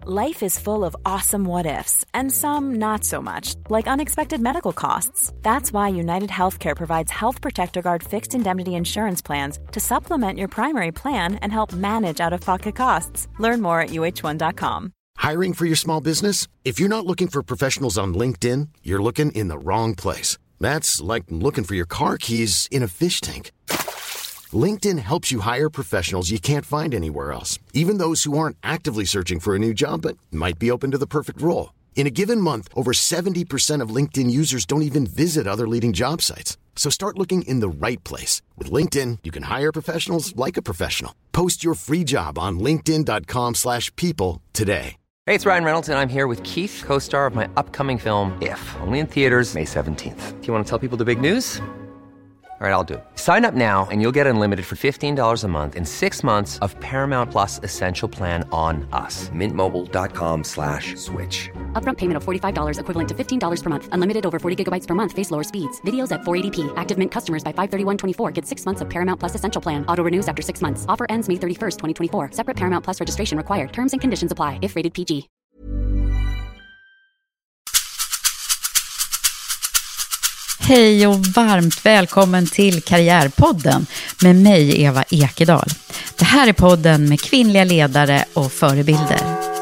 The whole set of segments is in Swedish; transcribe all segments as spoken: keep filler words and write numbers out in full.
Life is full of awesome what-ifs, and some not so much, like unexpected medical costs. That's why United Healthcare provides Health Protector Guard fixed indemnity insurance plans to supplement your primary plan and help manage out-of-pocket costs. Learn more at U H one dot com. Hiring for your small business? If you're not looking for professionals on LinkedIn, you're looking in the wrong place. That's like looking for your car keys in a fish tank. LinkedIn helps you hire professionals you can't find anywhere else, even those who aren't actively searching for a new job but might be open to the perfect role. In a given month, over seventy percent of LinkedIn users don't even visit other leading job sites. So start looking in the right place. With LinkedIn, you can hire professionals like a professional. Post your free job on linkedin dot com slash people today. Hey, it's Ryan Reynolds, and I'm here with Keith, co-star of my upcoming film, If, only in theaters May seventeenth. Do you want to tell people the big news? All right, I'll do it. Sign up now and you'll get unlimited for fifteen dollars a month and six months of Paramount Plus Essential Plan on us. Mint Mobile dot com slash switch. Upfront payment of forty-five dollars equivalent to fifteen dollars per month. Unlimited over forty gigabytes per month. Face lower speeds. Videos at four eighty p. Active Mint customers by five thirty-one twenty-four get six months of Paramount Plus Essential Plan. Auto renews after six months. Offer ends May thirty-first, twenty twenty-four. Separate Paramount Plus registration required. Terms and conditions apply if rated P G. Hej och varmt välkommen till Karriärpodden med mig Eva Ekedal. Det här är podden med kvinnliga ledare och förebilder.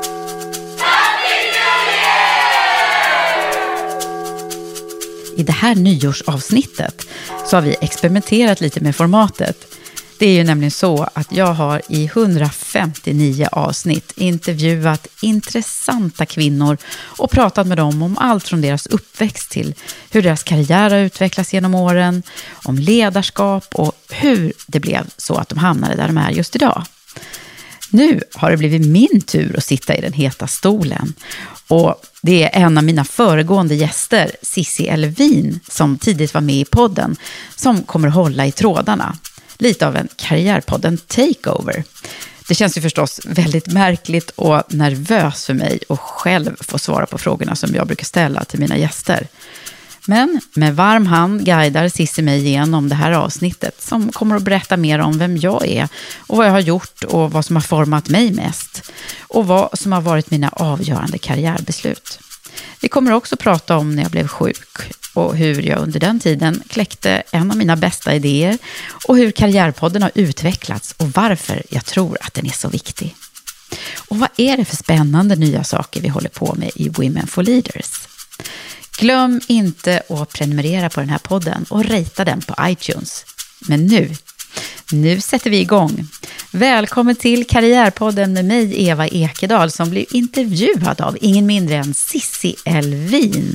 I det här nyårsavsnittet så har vi experimenterat lite med formatet. Det är ju nämligen så att jag har i hundrafemtionio avsnitt intervjuat intressanta kvinnor och pratat med dem om allt från deras uppväxt till hur deras karriär har utvecklats genom åren, om ledarskap och hur det blev så att de hamnade där de är just idag. Nu har det blivit min tur att sitta i den heta stolen och det är en av mina föregående gäster, Cissi Elvin, som tidigt var med i podden, som kommer att hålla i trådarna. Lite av en karriärpodd, en takeover. Det känns ju förstås väldigt märkligt och nervös för mig att själv få svara på frågorna som jag brukar ställa till mina gäster. Men med varm hand guidar Cissi mig igenom det här avsnittet som kommer att berätta mer om vem jag är och vad jag har gjort och vad som har format mig mest och vad som har varit mina avgörande karriärbeslut. Vi kommer också prata om när jag blev sjuk och hur jag under den tiden kläckte en av mina bästa idéer och hur Karriärpodden har utvecklats och varför jag tror att den är så viktig. Och vad är det för spännande nya saker vi håller på med i Women for Leaders? Glöm inte att prenumerera på den här podden och rata den på iTunes. Men nu, nu sätter vi igång. Välkommen till Karriärpodden med mig Eva Ekedal som blir intervjuad av ingen mindre än Cissi Elvin.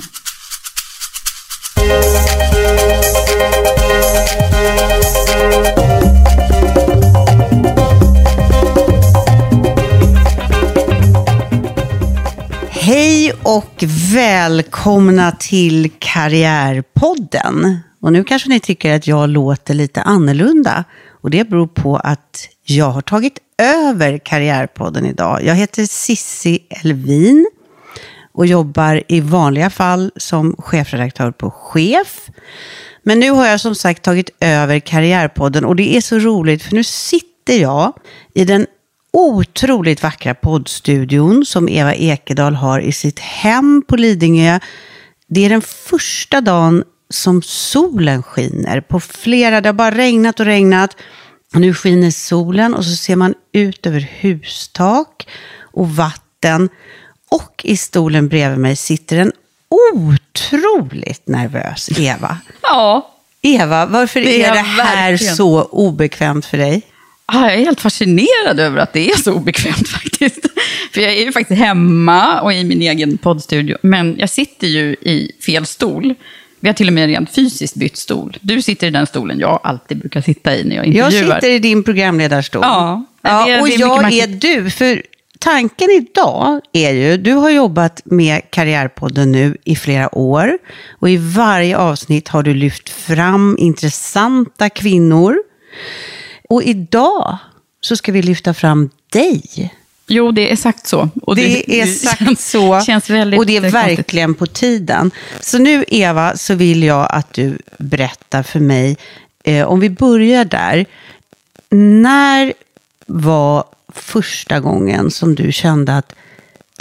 Hej och välkomna till Karriärpodden. Och nu kanske ni tycker att jag låter lite annorlunda. Och det beror på att jag har tagit över Karriärpodden idag. Jag heter Cissi Elvin och jobbar i vanliga fall som chefredaktör på Chef. Men nu har jag som sagt tagit över Karriärpodden och det är så roligt för nu sitter jag i den otroligt vackra poddstudion som Eva Ekedal har i sitt hem på Lidingö. Det är den första dagen som solen skiner på flera, det har bara regnat och regnat. Och nu skiner solen och så ser man ut över hustak och vatten. Och i stolen bredvid mig sitter en otroligt nervös Eva. Ja. Eva, varför det är, är det här verkligen så obekvämt för dig? Jag är helt fascinerad över att det är så obekvämt faktiskt. För jag är ju faktiskt hemma och i min egen poddstudio. Men jag sitter ju i fel stol. Vi har till och med rent fysiskt bytt stol. Du sitter i den stolen jag alltid brukar sitta i när jag intervjuar. Jag sitter i din programledarstol. Ja. ja det är, och det är jag är du. För tanken idag är ju, du har jobbat med Karriärpodden nu i flera år. Och i varje avsnitt har du lyft fram intressanta kvinnor. Och idag så ska vi lyfta fram dig. Jo, det är exakt så. Och det, det är exakt känns, så. Känns väldigt, och det är verkligen på tiden. Så nu Eva så vill jag att du berättar för mig. Eh, om vi börjar där. När var första gången som du kände att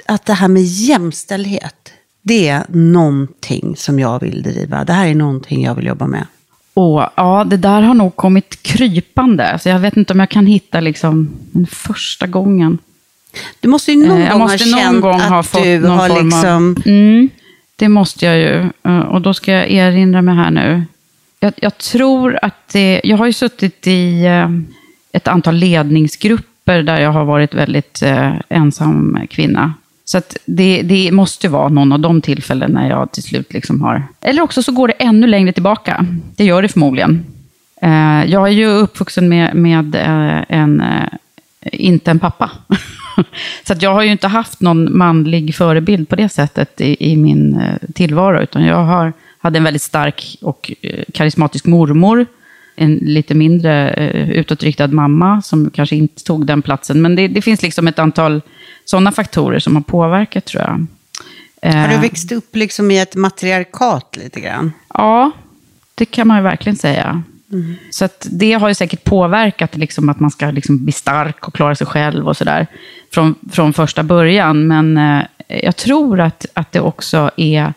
att det här med jämställdhet, det är någonting som jag vill driva. Det här är någonting jag vill jobba med. Och, ja, det där har nog kommit krypande. Så jag vet inte om jag kan hitta liksom den första gången. Du måste ju någon jag gång måste ha någon känt gång att ha fått du någon har form liksom... Av, mm, det måste jag ju. Och då ska jag erinra mig här nu. Jag, jag tror att det... Jag har ju suttit i ett antal ledningsgrupper där jag har varit väldigt eh, ensam kvinna. Så att det, det måste vara någon av de tillfällen när jag till slut liksom har... Eller också så går det ännu längre tillbaka. Det gör det förmodligen. Eh, jag är ju uppvuxen med, med eh, en... Eh, inte en pappa. Så att jag har ju inte haft någon manlig förebild på det sättet i, i min eh, tillvaro. Utan jag har, hade en väldigt stark och eh, karismatisk mormor. En lite mindre eh, utåtriktad mamma som kanske inte tog den platsen. Men det, det finns liksom ett antal sådana faktorer som har påverkat, tror jag. Eh, har du växt upp liksom i ett matriarkat lite grann? Ja, det kan man ju verkligen säga. Mm. Så att det har ju säkert påverkat liksom att man ska liksom bli stark och klara sig själv och sådär från, från första början. Men eh, jag tror att, att det också är...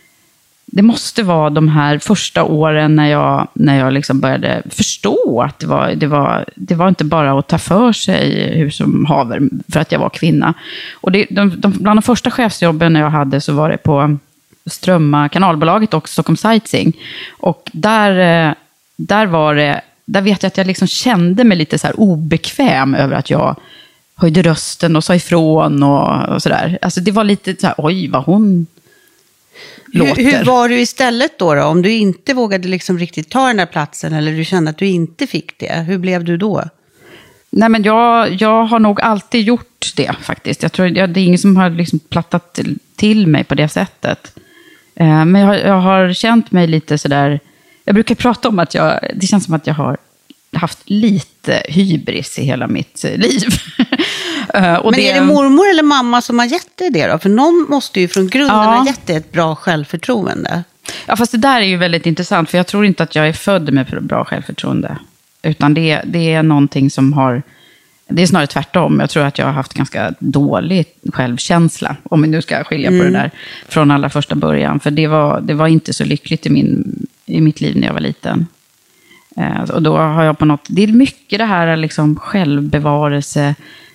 Det måste vara de här första åren när jag, när jag liksom började förstå att det var, det, var, det var inte bara att ta för sig hur som haver för att jag var kvinna. Och det, de, de, bland de första chefsjobben jag hade så var det på Strömma kanalbolaget och Stockholm Sightseeing. Och där, där var det, där vet jag att jag liksom kände mig lite så här obekväm över att jag höjde rösten och sa ifrån och, och sådär. Alltså det var lite så här, oj vad hon... Hur, hur var du istället då, då? Om du inte vågade liksom riktigt ta den här platsen eller du kände att du inte fick det, hur blev du då? Nej, men jag, jag har nog alltid gjort det faktiskt. Jag tror jag, det är ingen som har liksom plattat till, till mig på det sättet. Eh, men jag, jag har känt mig lite sådär... Jag brukar prata om att jag... Det känns som att jag har haft lite hybris i hela mitt liv. uh, och Men det... är det mormor eller mamma som har gett dig det då? För någon måste ju från grunden ja. ha gett dig ett bra självförtroende. Ja, fast det där är ju väldigt intressant. För jag tror inte att jag är född med bra självförtroende. Utan det, det är någonting som har... Det är snarare tvärtom. Jag tror att jag har haft ganska dålig självkänsla. Om vi nu ska skilja mm. på det där. Från allra första början. För det var, det var inte så lyckligt i, min, i mitt liv när jag var liten. Och då har jag på något... Det är mycket det här liksom självbevarelse.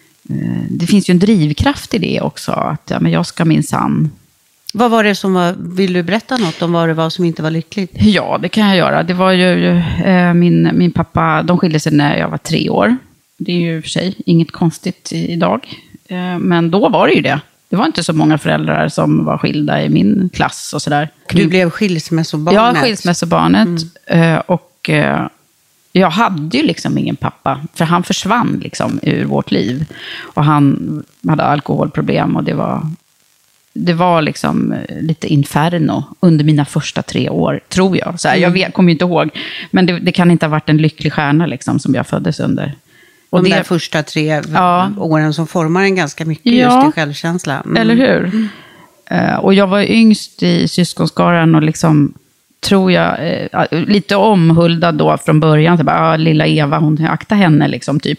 Det finns ju en drivkraft i det också. Att ja, men jag ska minsann. Vad var det som var... Vill du berätta något om vad det var som inte var lyckligt? Ja, det kan jag göra. Det var ju eh, min, min pappa... De skilde sig när jag var tre år. Det är ju för sig inget konstigt idag. Eh, men då var det ju det. Det var inte så många föräldrar som var skilda i min klass och sådär. Du blev skilsmässobarnet? Ja, skilsmässobarnet. Mm. Eh, och jag hade ju liksom ingen pappa. För han försvann liksom ur vårt liv. Och han hade alkoholproblem. Och det var, det var liksom lite inferno under mina första tre år, tror jag. Så här, jag vet, kommer ju inte ihåg. Men det, det kan inte ha varit en lycklig stjärna liksom, som jag föddes under. Och de det, där första tre ja, åren som formar en ganska mycket ja, just i självkänsla. Mm. Eller hur? Mm. Uh, och jag var yngst i syskonskaran och liksom... tror jag, eh, lite omhuldad då från början. Så bara, ah, lilla Eva, hon akta henne liksom, typ.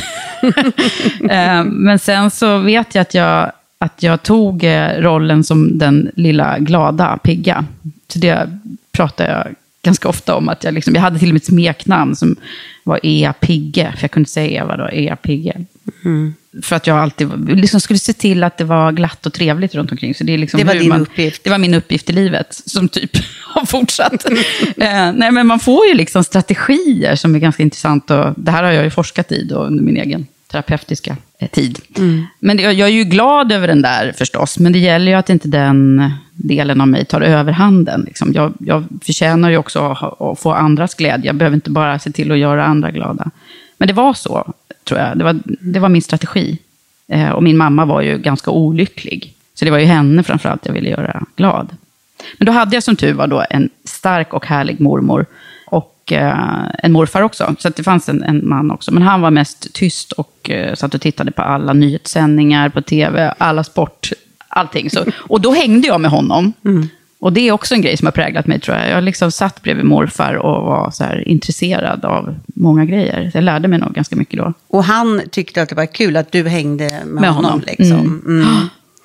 eh, men sen så vet jag att jag, att jag tog eh, rollen som den lilla glada pigga. Så det pratar jag ganska ofta om. Att jag, liksom, jag hade till och med ett smeknamn som var Ea Pigge. För jag kunde säga Eva då, Ea Pigge. Mm. För att jag alltid liksom skulle se till att det var glatt och trevligt runt omkring. Så det, är liksom det var hur din man, uppgift. Det var min uppgift i livet, som typ har fortsatt. eh, nej, men man får ju liksom strategier som är ganska intressant. Och det här har jag ju forskat i då, under min egen terapeutiska eh, tid. Mm. Men det, jag är ju glad över den där förstås. Men det gäller ju att inte den delen av mig tar överhanden. Liksom. Jag, jag förtjänar ju också att, att få andras glädje. Jag behöver inte bara se till att göra andra glada. Men det var så, tror jag. Det var, det var min strategi. Eh, och min mamma var ju ganska olycklig. Så det var ju henne framförallt jag ville göra glad. Men då hade jag som tur var då en stark och härlig mormor. Och eh, en morfar också. Så att det fanns en, en man också. Men han var mest tyst och eh, satt och tittade på alla nyhetssändningar på tv. Alla sport, allting. Så, och då hängde jag med honom. Mm. Och det är också en grej som har präglat mig, tror jag. Jag liksom satt bredvid morfar och var så här intresserad av många grejer. Så jag lärde mig nog ganska mycket då. Och han tyckte att det var kul att du hängde med, med honom. honom. Liksom. Mm. Mm.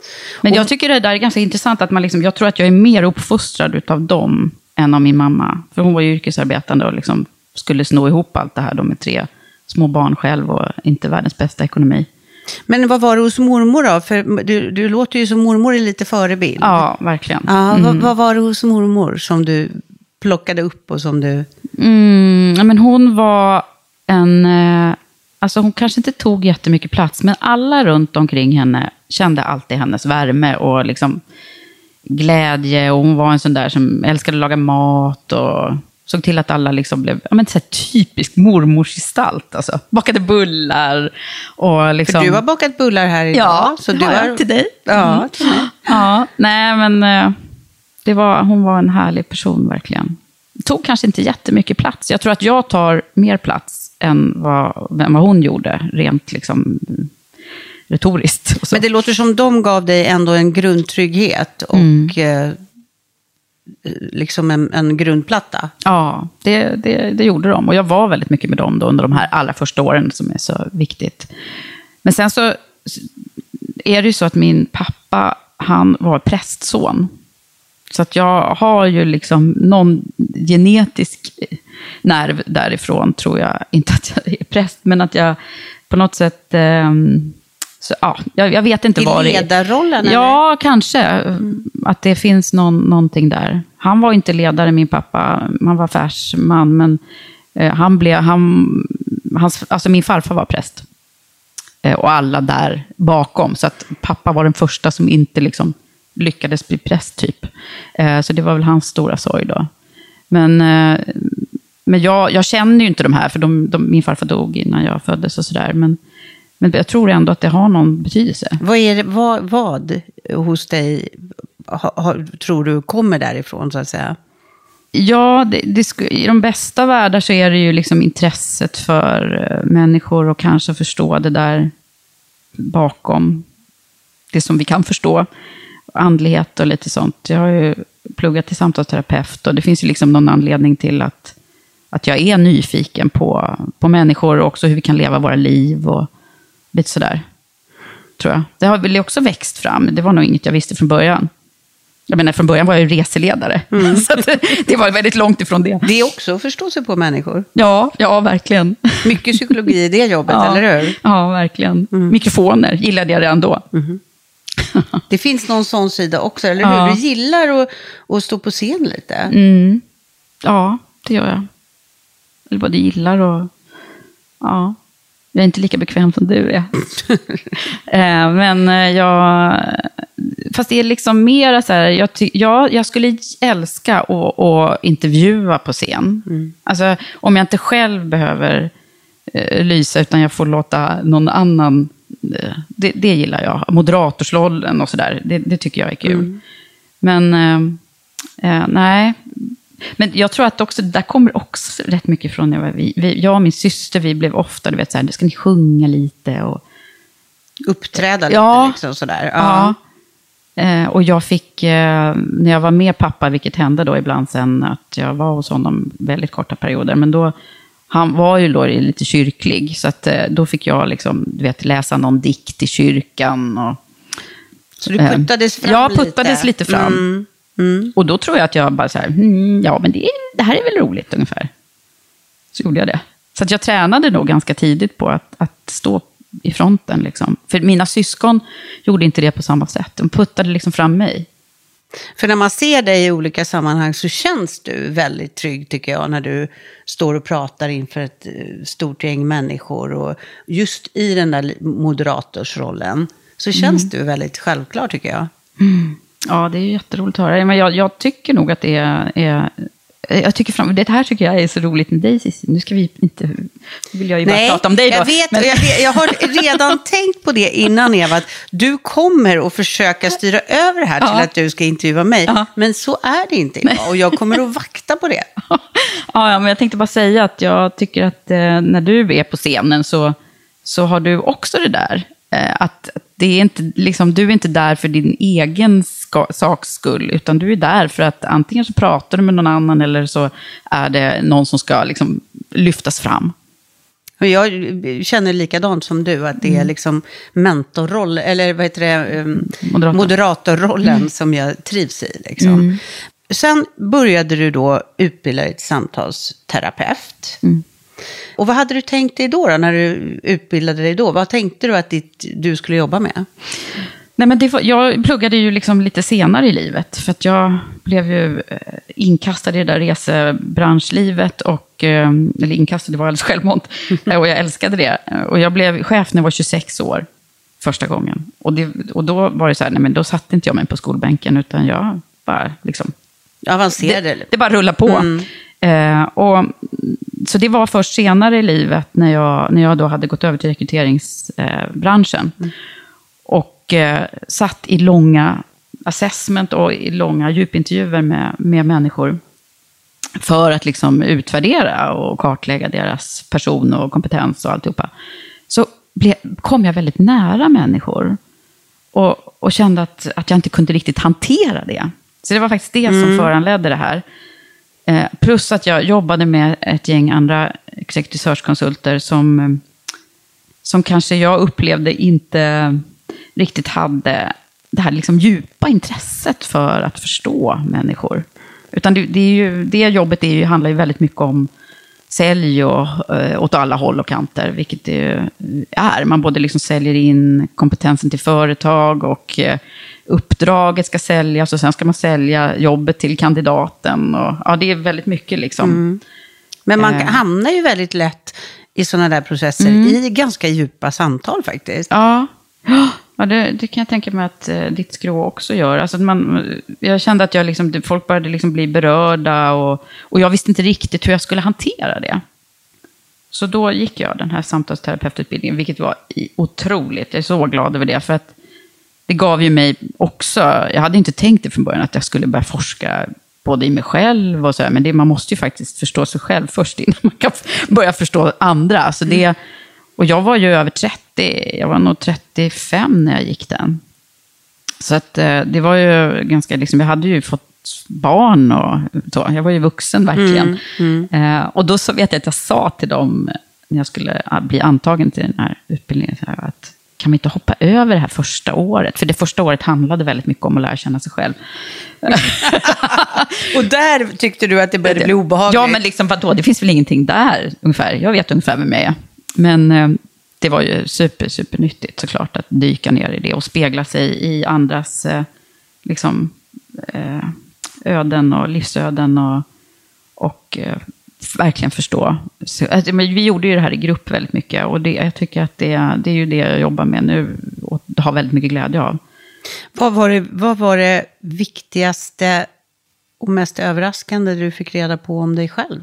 Men jag tycker det där är ganska intressant, att man liksom, jag tror att jag är mer uppfostrad utav dem än av min mamma. För hon var ju yrkesarbetande och liksom skulle sno ihop allt det här då med tre små barn själv och inte världens bästa ekonomi. Men vad var det hos mormor då? För du, du låter ju som mormor är lite förebild. Ja, verkligen. Ja, mm. vad, vad var det hos mormor som du plockade upp och som du... Mm, ja, men hon var en... Eh, alltså hon kanske inte tog jättemycket plats, men alla runt omkring henne kände alltid hennes värme och liksom glädje. Och hon var en sån där som älskade att laga mat och såg till att alla liksom blev, ja, men så här typisk mormorsgestalt. Alltså, bakade bullar och liksom... För du har bakat bullar här idag. Ja, så det du har har jag till dig. Ja, Mm. till mig. Ja, nej men eh, det var, hon var en härlig person verkligen. Tog kanske inte jättemycket plats. Jag tror att jag tar mer plats än vad, än vad hon gjorde, rent liksom retoriskt. Och så. Men det låter som de gav dig ändå en grundtrygghet och Mm. eh, liksom en, en grundplatta. Ja, det, det, det gjorde de. Och jag var väldigt mycket med dem då under de här allra första åren som är så viktigt. Men sen så är det ju så att min pappa, han var prästson. Så att jag har ju liksom någon genetisk nerv därifrån, tror jag. Inte att jag är präst, men att jag på något sätt... Eh, så, ja, jag, jag vet inte I vad det är. ledarrollen? Ja, eller? Kanske. Mm. Att det finns någon, någonting där. Han var inte ledare, min pappa. Han var affärsman, men eh, han blev... Han, hans, alltså min farfar var präst. Eh, och alla där bakom. Så att pappa var den första som inte liksom lyckades bli präst, typ. Eh, så det var väl hans stora sorg då. Men, eh, men jag, jag känner ju inte de här, för de, de, min farfar dog innan jag föddes och sådär. Men, men jag tror ändå att det har någon betydelse. Vad, är det, vad, vad hos dig ha, ha, tror du kommer därifrån, så att säga? Ja, det, det sku, i de bästa världar så är det ju liksom intresset för uh, människor och kanske förstå det där bakom det som vi kan förstå. Andlighet och lite sånt. Jag har ju pluggat till samtalsterapeut och det finns ju liksom någon anledning till att, att jag är nyfiken på, på människor och också hur vi kan leva våra liv och lite sådär, tror jag. Det har väl också växt fram. Det var nog inget jag visste från början. Jag menar, från början var jag ju reseledare. Mm. Så att det var väldigt långt ifrån det. Det är också att förstå sig på människor. Ja, ja, verkligen. Mycket psykologi i det jobbet, ja, eller hur? Ja, verkligen. Mm. Mikrofoner gillade jag redan då. Mm. Det finns någon sån sida också, eller hur? Ja. Du gillar att, att stå på scen lite. Mm. Ja, det gör jag. Eller både gillar och... Ja, jag är inte lika bekväm som du är. Men jag... Fast det är liksom mer så här... Jag, ty, jag, jag skulle älska att, att intervjua på scen. Mm. Alltså, om jag inte själv behöver eh, lysa, utan jag får låta någon annan... Det, det gillar jag. Moderatorsrollen och sådär. Det, det tycker jag är kul. Mm. Men eh, eh, nej. Men jag tror att också, det där kommer också rätt mycket från när vi, vi, jag och min syster, vi blev ofta, du vet, så här, ska ni sjunga lite och uppträda lite, ja, liksom sådär. Ja. Ja. Eh, och jag fick, eh, när jag var med pappa, vilket hände då ibland sen, att jag var hos honom väldigt korta perioder, men då han var ju då lite kyrklig, så att då fick jag liksom, du vet, läsa någon dikt i kyrkan. Och, så du puttades fram ja, lite? Ja, puttades lite fram. Mm. Mm. Och då tror jag att jag bara så här, hmm, ja men det, det här är väl roligt ungefär. Så gjorde jag det. Så att jag tränade nog ganska tidigt på att, att stå i fronten. Liksom. För mina syskon gjorde inte det på samma sätt. De puttade liksom fram mig. För när man ser dig i olika sammanhang så känns du väldigt trygg, tycker jag, när du står och pratar inför ett stort gäng människor. Och just i den där moderatorsrollen så känns mm. du väldigt självklar, tycker jag. Mm. Ja, det är ju jätteroligt att höra. Men jag, jag tycker nog att det är... är jag tycker fram, det här tycker jag är så roligt med dig, Cissi. Nu ska vi inte... vill jag ju bara Nej, prata om dig då. Jag vet, men... jag vet, jag har redan tänkt på det innan, Eva, att du kommer att försöka styra över det här ja. till att du ska intervjua mig. Ja. Men så är det inte idag, och jag kommer att vakta på det. ja, ja, men jag tänkte bara säga att jag tycker att eh, när du är på scenen så, så har du också det där. Eh, att det är inte, liksom, du är inte där för din egen ska, saks skull, utan du är där för att antingen så pratar du med någon annan eller så är det någon som ska liksom lyftas fram. Och jag känner likadant som du, att det är liksom mentorroll, eller vad heter det, Moderator. moderatorrollen mm. som jag trivs i. Liksom. Mm. Sen började du då utbilda dig till samtalsterapeut. Mm. Och vad hade du tänkt dig då, då när du utbildade dig då? Vad tänkte du att ditt, du skulle jobba med? Nej, men det var, jag pluggade ju liksom lite senare i livet. För att jag blev ju inkastad i det där resebranschlivet. Och, eller inkastad, det var alldeles självmant. Och jag älskade det. Och jag blev chef när jag var tjugosex år. Första gången. Och, det, och då var det så här, nej men då satt inte jag mig på skolbänken. Utan jag bara liksom... Avancerade. Det, det bara rullade på. Mm. Eh, och, så det var först senare i livet när jag, när jag då hade gått över till rekryteringsbranschen. Eh, mm. Och eh, satt i långa assessment och i långa djupintervjuer med, med människor. För att liksom utvärdera och kartlägga deras person och kompetens och alltihopa. Så ble, kom jag väldigt nära människor. Och, och kände att, att jag inte kunde riktigt hantera det. Så det var faktiskt det mm. som föranledde det här. Eh, plus att jag jobbade med ett gäng andra exekutivskonsulter som, som kanske jag upplevde inte riktigt hade det här liksom djupa intresset för att förstå människor. Utan det, det, är ju, det jobbet är ju, handlar ju väldigt mycket om sälj och, eh, åt alla håll och kanter, vilket det är. Man både liksom säljer in kompetensen till företag och eh, uppdraget ska säljas och sen ska man sälja jobbet till kandidaten. Och, ja, det är väldigt mycket liksom. Mm. Men man eh. hamnar ju väldigt lätt i sådana där processer mm. i ganska djupa samtal faktiskt. Ja, ja det, det kan jag tänka mig att eh, ditt skrå också gör. Alltså man, jag kände att jag liksom, folk började liksom bli berörda och, och jag visste inte riktigt hur jag skulle hantera det. Så då gick jag den här samtalsterapeututbildningen, vilket var otroligt. Jag är så glad över det, för att det gav ju mig också, jag hade inte tänkt det från början att jag skulle börja forska både i mig själv och så här, men det, man måste ju faktiskt förstå sig själv först innan man kan börja förstå andra. Så det, och jag var ju över trettio, jag var nog trettiofem när jag gick den. Så att det var ju ganska, liksom, jag hade ju fått barn och så, jag var ju vuxen verkligen. Mm, mm. Eh, och då så vet jag att jag sa till dem, när jag skulle bli antagen till den här utbildningen, så här, att kan man inte hoppa över det här första året? För det första året handlade väldigt mycket om att lära känna sig själv. Och där tyckte du att det började bli obehagligt? Ja, men liksom, vadå? Det finns väl ingenting där ungefär. Jag vet ungefär vem jag är. Men eh, det var ju super, super nyttigt såklart att dyka ner i det och spegla sig i andras eh, liksom, eh, öden och livsöden och, och eh, verkligen förstå. Så, alltså, vi gjorde ju det här i grupp väldigt mycket och det, jag tycker att det, det är ju det jag jobbar med nu och har väldigt mycket glädje av. Vad var det, vad var det viktigaste och mest överraskande du fick reda på om dig själv?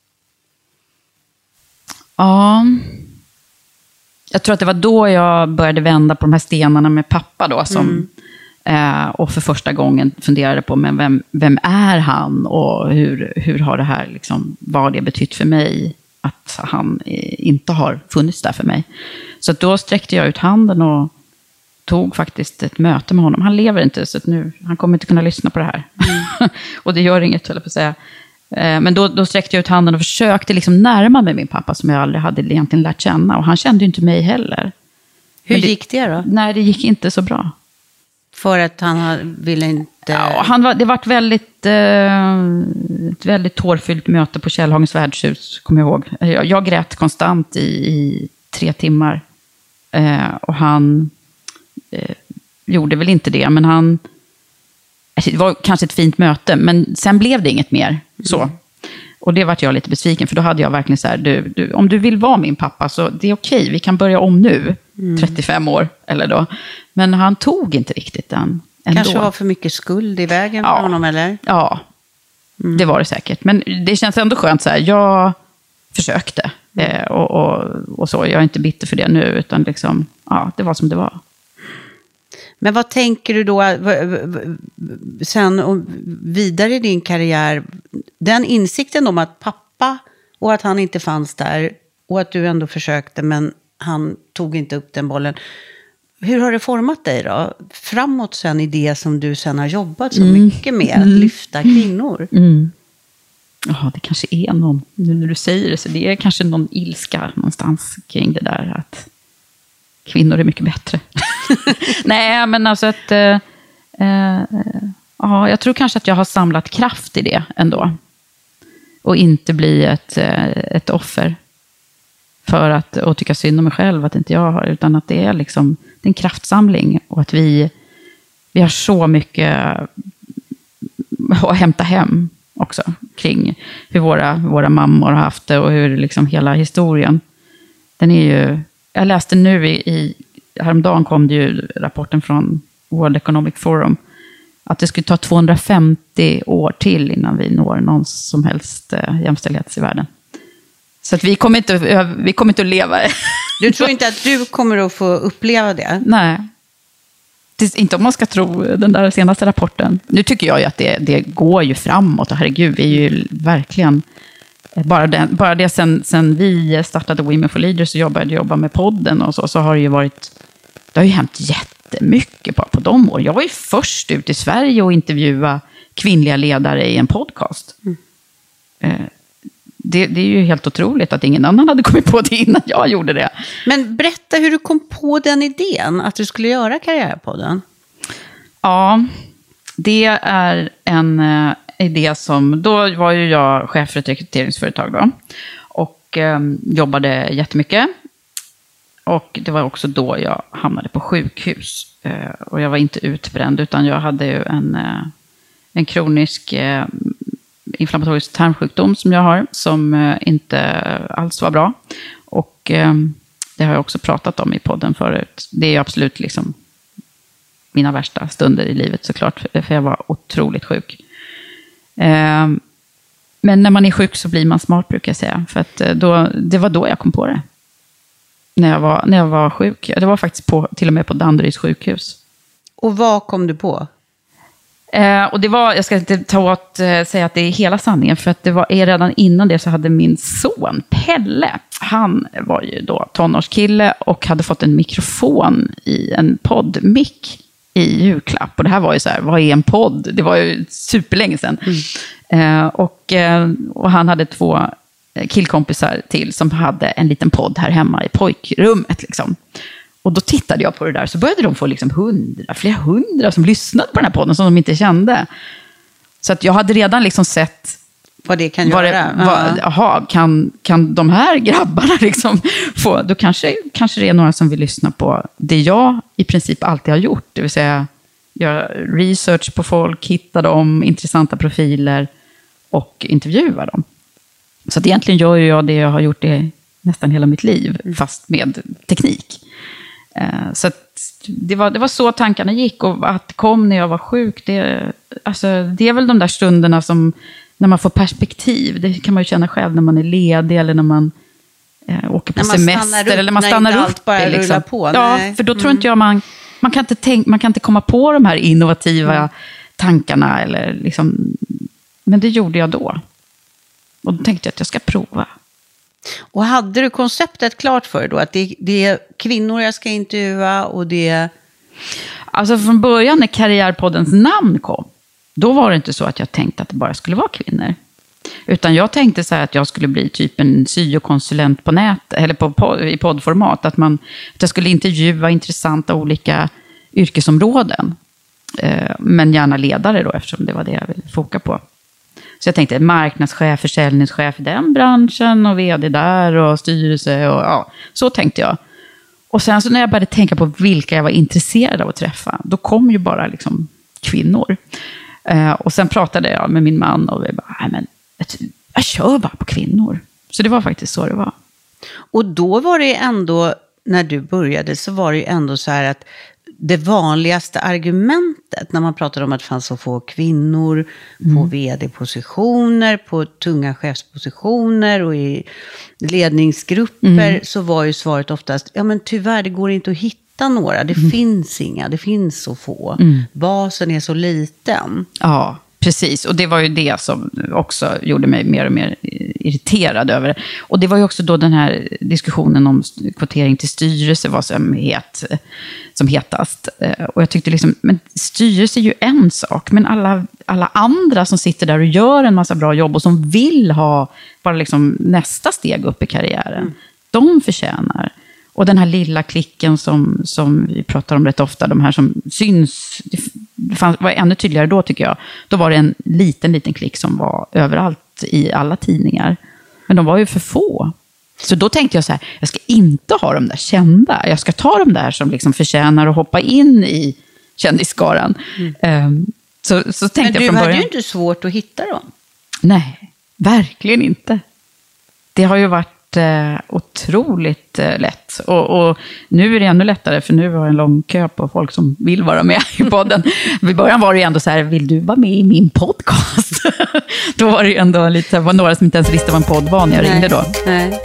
Ja, jag tror att det var då jag började vända på de här stenarna med pappa då, som mm. Eh, och för första gången funderade på, men vem, vem är han och hur, hur har det här liksom, vad har det betytt för mig att han eh, inte har funnits där för mig. Så att då sträckte jag ut handen och tog faktiskt ett möte med honom. Han lever inte, så att nu, han kommer inte kunna lyssna på det här. Mm. Och det gör inget, höll jag på att säga. Eh, men då, då sträckte jag ut handen och försökte liksom närma mig min pappa som jag aldrig hade egentligen lärt känna. Och han kände ju inte mig heller. Hur det, gick det då? Nej, det gick inte så bra. För att han ville inte... Ja, han var, det var ett väldigt, eh, ett väldigt tårfyllt möte på Källhagens värdshus, kommer jag ihåg. Jag, jag grät konstant i, i tre timmar. Eh, och han eh, gjorde väl inte det, men han... Det var kanske ett fint möte, men sen blev det inget mer. Så. Mm. Och det var jag lite besviken, för då hade jag verkligen så här, du, du, om du vill vara min pappa så det är okej, vi kan börja om nu, mm. trettiofem år eller då. Men han tog inte riktigt den ändå. Kanske var för mycket skuld i vägen för ja. honom, eller? Ja, mm. det var det säkert. Men det känns ändå skönt så här, jag försökte mm. eh, och, och, och så, jag är inte bitter för det nu, utan liksom, ja, det var som det var. Men vad tänker du då sen och vidare i din karriär? Den insikten om att pappa och att han inte fanns där och att du ändå försökte men han tog inte upp den bollen. Hur har det format dig då? Framåt sen i det som du sen har jobbat så mm. mycket med, att lyfta kvinnor. Mm. Ja, det kanske är någon, nu när du säger det, så det är kanske någon ilska någonstans kring det där att kvinnor är mycket bättre. Nej, men alltså att eh, eh, ja, jag tror kanske att jag har samlat kraft i det ändå. Och inte bli ett, ett offer för att och tycka synd om mig själv att inte jag har, utan att det är liksom det är en kraftsamling och att vi vi har så mycket att hämta hem också kring hur våra våra mammor har haft det och hur liksom hela historien. Den är ju, jag läste nu i, i häromdagen kom det ju rapporten från World Economic Forum att det skulle ta tvåhundrafemtio år till innan vi når någon som helst eh, jämställdhet i världen. Så att vi kommer inte, vi kommer inte att leva. Du tror inte att du kommer att få uppleva det? Nej. Det, inte om man ska tro den där senaste rapporten. Nu tycker jag ju att det, det går ju framåt. Och herregud, vi är ju verkligen... Bara det, bara det sen, sen vi startade Women for Leaders och jobbade jobba med podden och så, så har det ju varit... Det har ju hänt jättemycket på, på de år. Jag var ju först ut i Sverige och intervjua kvinnliga ledare i en podcast. Mm. Eh, det, det är ju helt otroligt att ingen annan hade kommit på det innan jag gjorde det. Men berätta hur du kom på den idén att du skulle göra Karriärpodden. Ja, det är en eh, idé som... Då var ju jag chef för ett rekryteringsföretag då. Och eh, jobbade jättemycket. Och det var också då jag hamnade på sjukhus. Eh, och jag var inte utbränd utan jag hade ju en, eh, en kronisk eh, inflammatorisk tarmsjukdom som jag har. Som eh, inte alls var bra. Och eh, det har jag också pratat om i podden förut. Det är ju absolut liksom mina värsta stunder i livet såklart. För jag var otroligt sjuk. Eh, men när man är sjuk så blir man smart brukar jag säga. För att då, det var då jag kom på det. När jag var, när jag var sjuk. Det var faktiskt på, till och med på Danderyds sjukhus. Och vad kom du på? Eh, och det var, jag ska inte ta åt, eh, säga att det är hela sanningen. För att det var redan innan det så hade min son Pelle. Han var ju då tonårskille och hade fått en mikrofon i en poddmick i julklapp. Och det här var ju så här, vad är en podd? Det var ju superlänge sedan. Mm. Eh, och, eh, och han hade två killkompisar till som hade en liten podd här hemma i pojkrummet liksom. Och då tittade jag på det där så började de få liksom hundra, flera hundra som lyssnade på den här podden som de inte kände. Så att jag hade redan liksom sett vad det kan vad göra. Det, vad, aha, kan, kan de här grabbarna liksom få, då kanske, kanske det är några som vill lyssna på det jag i princip alltid har gjort. Det vill säga göra research på folk, hitta dem, intressanta profiler och intervjua dem. Så att egentligen gör jag det jag har gjort det nästan hela mitt liv, mm. fast med teknik. Uh, så att det, var, det var så tankarna gick. Och att det kom när jag var sjuk, det, alltså, det är väl de där stunderna som, när man får perspektiv. Det kan man ju känna själv när man är ledig eller när man uh, åker på semester. Upp, eller man stannar upp. Allt bara liksom. Rullar på. Ja, Nej. för då mm. tror inte jag man, man, kan inte tänk, man kan inte komma på de här innovativa mm. tankarna. Eller liksom, men det gjorde jag då. Och då tänkte jag att jag ska prova. Och hade du konceptet klart för dig då? Att det, det är kvinnor jag ska intervjua och det... Alltså från början när Karriärpoddens namn kom. Då var det inte så att jag tänkte att det bara skulle vara kvinnor. Utan jag tänkte så här att jag skulle bli typ en syokonsulent på nät. Eller på, på, i poddformat. Att, man, att jag skulle intervjua intressanta olika yrkesområden. Eh, men gärna ledare då eftersom det var det jag ville foka på. Så jag tänkte marknadschef, försäljningschef i den branschen och vd där och styrelse och ja, så tänkte jag. Och sen så när jag började tänka på vilka jag var intresserad av att träffa, då kom ju bara liksom kvinnor. Eh, och sen pratade jag med min man och vi bara, nej men jag, jag kör bara på kvinnor. Så det var faktiskt så det var. Och då var det ändå, när du började så var det ju ändå så här att det vanligaste argumentet när man pratar om att det fanns så få kvinnor mm. på vd-positioner, på tunga chefspositioner och i ledningsgrupper mm. så var ju svaret oftast, ja men tyvärr det går inte att hitta några, det mm. finns inga, det finns så få. Mm. Basen är så liten. Ja, precis. Och det var ju det som också gjorde mig mer och mer irriterad över det. Och det var ju också då den här diskussionen om kvotering till styrelse var som, het, som hetast. Och jag tyckte liksom, men styrelse är ju en sak, men alla, alla andra som sitter där och gör en massa bra jobb och som vill ha bara liksom nästa steg upp i karriären, mm. de förtjänar. Och den här lilla klicken som, som vi pratar om rätt ofta, de här som syns, det fanns, var ännu tydligare då tycker jag. Då var det en liten, liten klick som var överallt i alla tidningar. Men de var ju för få. Så då tänkte jag så här, jag ska inte ha de där kända. Jag ska ta de där som liksom förtjänar att hoppa in i kändisskaran. Mm. Um, så, så tänkte Men du jag från början, hade ju inte svårt att hitta dem. Nej, verkligen inte. Det har ju varit eh, otroligt eh, lätt. Och, och nu är det ännu lättare, för nu har jag en lång kö på folk som vill vara med i podden. I början var det ju ändå så här, vill du vara med i min podcast? Då var det ju ändå lite, var några som inte ens visste vad en podd var när jag Nej. ringde då. Nej.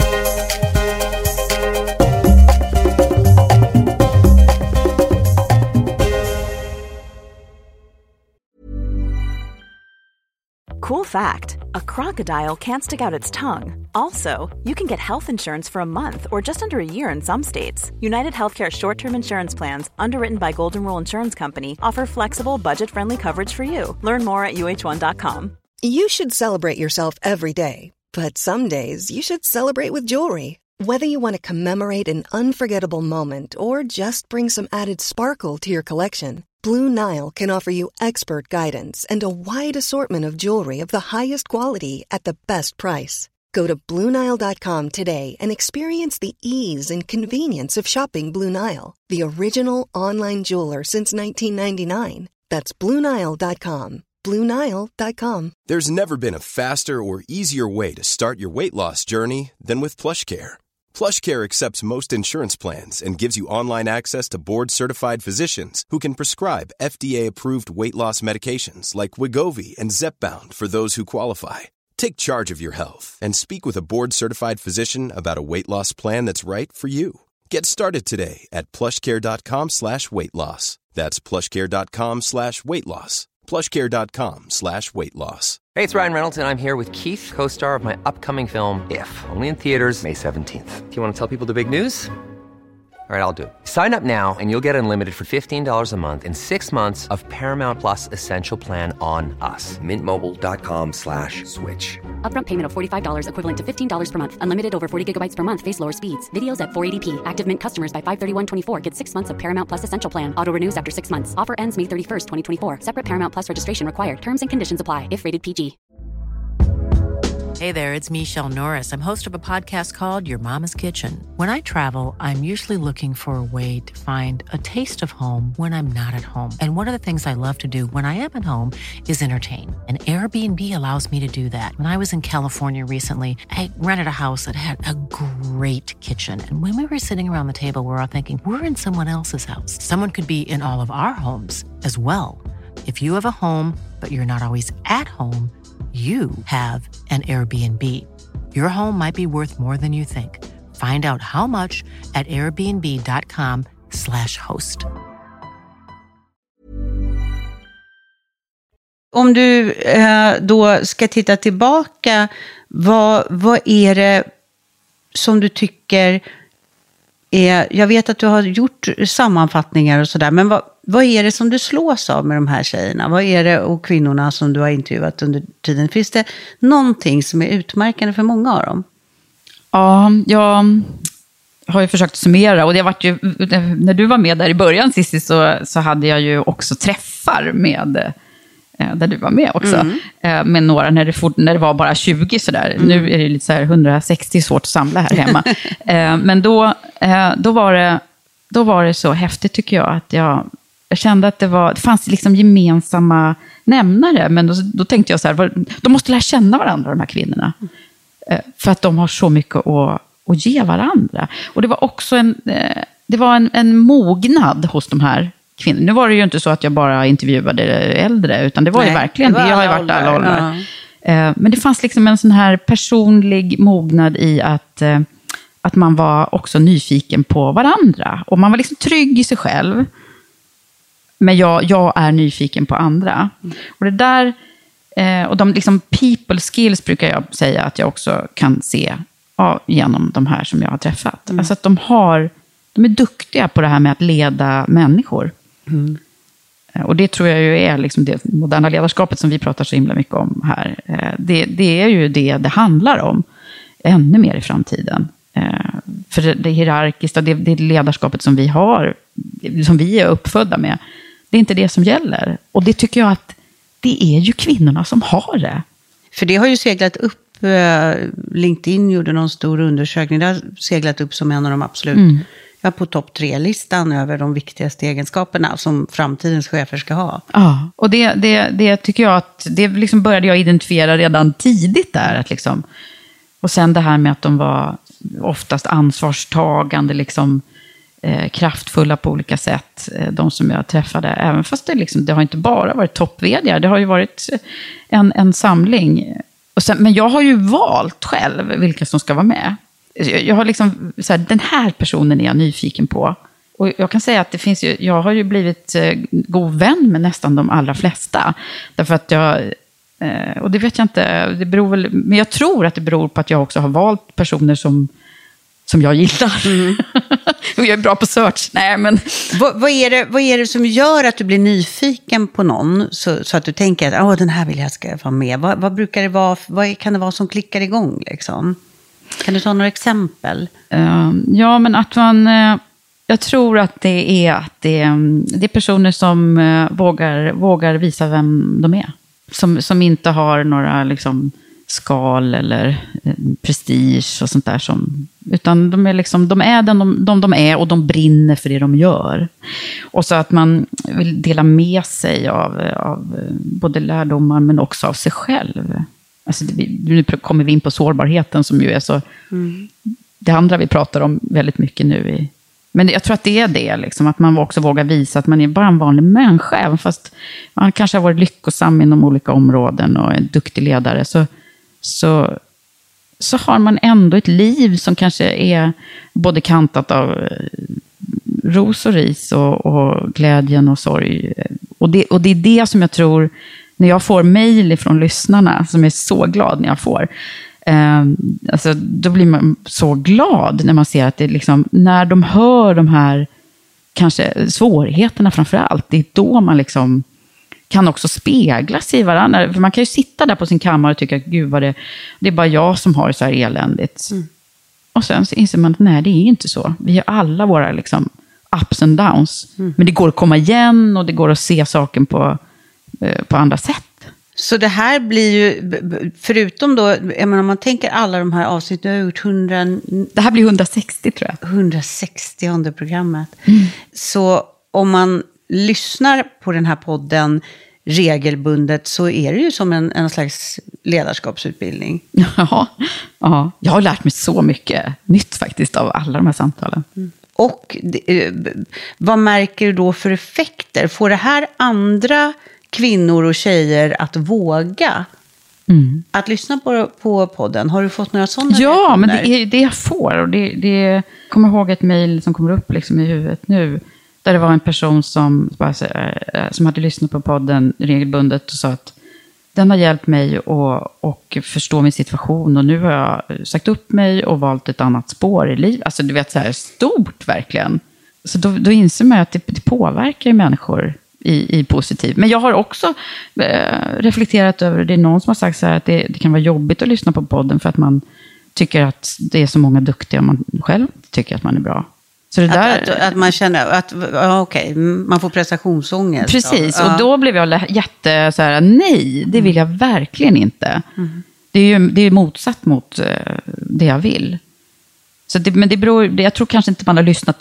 Cool fact, a crocodile can't stick out its tongue. Also, you can get health insurance for a month or just under a year in some states. United Healthcare short-term insurance plans, underwritten by Golden Rule Insurance Company, offer flexible, budget-friendly coverage for you. Learn more at U H one dot com. You should celebrate yourself every day, but some days you should celebrate with jewelry. Whether you want to commemorate an unforgettable moment or just bring some added sparkle to your collection, Blue Nile can offer you expert guidance and a wide assortment of jewelry of the highest quality at the best price. Go to Blue Nile dot com today and experience the ease and convenience of shopping Blue Nile, the original online jeweler since nineteen ninety-nine. That's Blue Nile dot com. Blue Nile dot com. There's never been a faster or easier way to start your weight loss journey than with PlushCare. PlushCare accepts most insurance plans and gives you online access to board-certified physicians who can prescribe F D A-approved weight loss medications like Wegovy and Zepbound for those who qualify. Take charge of your health and speak with a board-certified physician about a weight loss plan that's right for you. Get started today at plushcare.com slash weight loss. That's plushcare.com slash weight loss. plushcare.com slash weight loss. Hey, it's Ryan Reynolds, and I'm here with Keith, co-star of my upcoming film, If, only in theaters May seventeenth. Do you want to tell people the big news? All right, I'll do it. Sign up now and you'll get unlimited for fifteen dollars a month and six months of Paramount Plus Essential Plan on us. Mint Mobile dot com slash switch. Upfront payment of forty-five dollars equivalent to fifteen dollars per month. Unlimited over forty gigabytes per month. Face lower speeds. Videos at four eighty p. Active Mint customers by five thirty-one twenty-four get six months of Paramount Plus Essential Plan. Auto renews after six months. Offer ends May thirty-first, twenty twenty-four. Separate Paramount Plus registration required. Terms and conditions apply if rated P G. Hey there, it's Michelle Norris. I'm host of a podcast called Your Mama's Kitchen. When I travel, I'm usually looking for a way to find a taste of home when I'm not at home. And one of the things I love to do when I am at home is entertain. And Airbnb allows me to do that. When I was in California recently, I rented a house that had a great kitchen. And when we were sitting around the table, we were all thinking, we're in someone else's house. Someone could be in all of our homes as well. If you have a home, but you're not always at home, you have an Airbnb. Your home might be worth more than you think. Find out how much at airbnb.com slash host. Om du eh, då ska titta tillbaka, vad, vad är det som du tycker är, jag vet att du har gjort sammanfattningar och sådär, men vad, vad är det som du slås av med de här tjejerna? Vad är det och kvinnorna som du har intervjuat under tiden? Finns det någonting som är utmärkande för många av dem? Ja, jag har ju försökt summera, och det har varit ju, när du var med där i början Cissi, så, så hade jag ju också träffar med, där du var med också, mm. med några när det, for, när det var bara tjugo sådär. Mm. Nu är det lite så här hundrasextio svårt att samla här hemma. Men då, då, var det, då var det så häftigt tycker jag, att jag, jag kände att det, var, det fanns liksom gemensamma nämnare, men då, då tänkte jag så här, de måste lära känna varandra, de här kvinnorna. För att de har så mycket att, att ge varandra. Och det var också en, det var en, en mognad hos de här kvinnorna. Nu var det ju inte så att jag bara intervjuade äldre, utan det var Nej, ju verkligen, det, det har ju varit alla åldrar. Ja. Men det fanns liksom en sån här personlig mognad i att, att man var också nyfiken på varandra. Och man var liksom trygg i sig själv. Men jag, jag är nyfiken på andra. Mm. Och det där Eh, och de liksom people skills brukar jag säga att jag också kan se ja, genom de här som jag har träffat. Mm. Alltså att de har, de är duktiga på det här med att leda människor. Mm. Eh, och det tror jag ju är liksom det moderna ledarskapet som vi pratar så himla mycket om här. Eh, det, det är ju det det handlar om ännu mer i framtiden. Eh, för det, det hierarkiska, det, det ledarskapet som vi har, som vi är uppfödda med, det är inte det som gäller. Och det tycker jag att det är ju kvinnorna som har det. För det har ju seglat upp, LinkedIn gjorde någon stor undersökning, det har seglat upp som en av de absolut, mm. ja, på topp tre-listan över de viktigaste egenskaperna som framtidens chefer ska ha. Ja, och det, det, det tycker jag att, det liksom började jag identifiera redan tidigt där. Att liksom, och sen det här med att de var oftast ansvarstagande, liksom, eh, kraftfulla på olika sätt, eh, de som jag träffade. Även fast det, liksom, det har inte bara varit topp-vd:ar, det har ju varit en, en samling. Och sen, men jag har ju valt själv vilka som ska vara med. Jag, jag har liksom, så här, den här personen är jag nyfiken på. Och jag kan säga att det finns ju, jag har ju blivit eh, god vän med nästan de allra flesta. Därför att jag, eh, och det vet jag inte, det beror väl, men jag tror att det beror på att jag också har valt personer som, som jag gillar. Mm. Och jag är bra på search. Nej, men... vad, vad, är det, vad är det som gör att du blir nyfiken på någon så, så att du tänker att oh, den här vill jag ska vara med? Vad, vad brukar det vara, vad kan det vara som klickar igång liksom? Kan du ta några exempel? Uh, ja, men att man... Uh, jag tror att det är, att det, det är personer som uh, vågar, vågar visa vem de är. Som, som inte har några liksom, skal eller uh, prestige och sånt där. Som, utan de är, liksom, de är den de, de, de är och de brinner för det de gör. Och så att man vill dela med sig av, av både lärdomar men också av sig själv. Alltså, nu kommer vi in på sårbarheten som ju är så... Mm. Det andra vi pratar om väldigt mycket nu. I, men jag tror att det är det. Liksom, att man också vågar visa att man är bara en vanlig människa. Även fast man kanske har varit lyckosam inom olika områden och är en duktig ledare. Så, så, så har man ändå ett liv som kanske är både kantat av ros och ris. Och, och glädjen och sorg. Och det, och det är det som jag tror... När jag får mejl från lyssnarna, som är så glad när jag får, eh, alltså, då blir man så glad när man ser att det liksom, när de hör de här kanske svårigheterna framför allt, det är då man liksom kan också spegla sig i varandra. För man kan ju sitta där på sin kammare och tycka att gud vad det, det är bara jag som har det så här eländigt. Mm. Och sen så inser man att nej, det är inte så. Vi har alla våra liksom, ups and downs. Mm. Men det går att komma igen och det går att se saken på på andra sätt. Så det här blir ju, förutom då, jag menar, om man tänker alla de här avsnitten, du har gjort hundra... Det här blir hundrasextio tror jag. hundrasextio programmet. Mm. Så om man lyssnar på den här podden regelbundet så är det ju som en, en slags ledarskapsutbildning. Ja, ja, jag har lärt mig så mycket nytt faktiskt av alla de här samtalen. Mm. Och vad märker du då för effekter? Får det här andra kvinnor och tjejer att våga mm. att lyssna på, på podden? Har du fått några sådana? Ja, men det är det jag får. Och det, det, jag kommer ihåg ett mejl som kommer upp liksom i huvudet nu. Där det var en person som, som hade lyssnat på podden regelbundet och sa att den har hjälpt mig att och förstå min situation. Och nu har jag sagt upp mig och valt ett annat spår i livet. Alltså du vet, så här stort verkligen. Så då, då inser man att det, det påverkar ju människor i, i positiv. Men jag har också eh, reflekterat över, det är någon som har sagt så här att det, det kan vara jobbigt att lyssna på podden för att man tycker att det är så många duktiga och man själv tycker att man är bra. Så det där... att, att, att man känner att ja, okej, man får prestationsångest. Precis, ja. Och då blev jag jätte så här, nej, det vill jag verkligen inte. Mm. Det är ju det är motsatt mot uh, det jag vill. Så det, men det beror, jag tror kanske inte man har lyssnat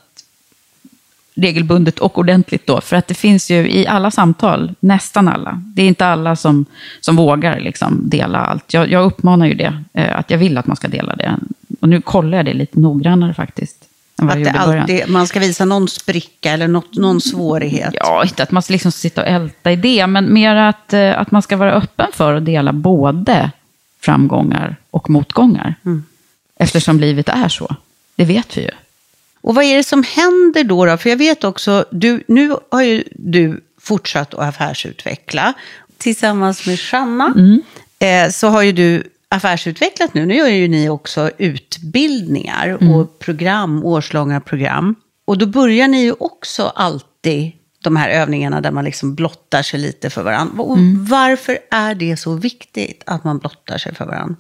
regelbundet och ordentligt då. För att det finns ju i alla samtal, nästan alla. Det är inte alla som, som vågar liksom dela allt. Jag, jag uppmanar ju det, uh, att jag vill att man ska dela det. Och nu kollar jag det lite noggrannare faktiskt. Att det alltid, man ska visa någon spricka eller något, någon svårighet. Ja, inte att man ska liksom sitta och älta i det. Men mer att, att man ska vara öppen för att dela både framgångar och motgångar. Mm. Eftersom livet är så. Det vet vi ju. Och vad är det som händer då? då? För jag vet också, du, nu har ju du fortsatt att affärsutveckla. tillsammans med Shanna Mm. eh, så har ju du affärsutvecklat nu. Nu gör ju ni också utbildningar Mm. och program, årslånga program. Och då börjar ni ju också alltid de här övningarna där man liksom blottar sig lite för varandra. Och Mm. varför är det så viktigt att man blottar sig för varandra?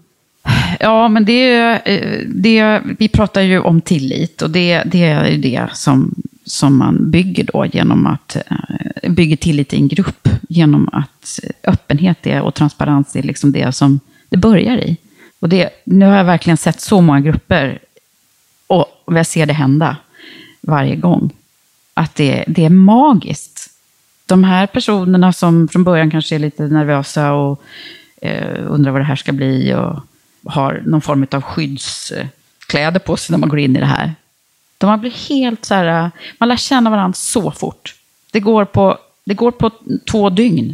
Ja, men det, det, vi pratar ju om tillit och det, det är ju det som, som man bygger då genom att bygga tillit i en grupp. Genom att öppenhet är, och transparens är liksom det som det börjar i. Och det, nu har jag verkligen sett så många grupper och jag ser det hända varje gång. Att det, det är magiskt. De här personerna som från början kanske är lite nervösa och eh, undrar vad det här ska bli och har någon form av skyddskläder på sig när man går in i det här. De har blivit helt så här, man lär känna varandra så fort. Det går på, det går på två dygn.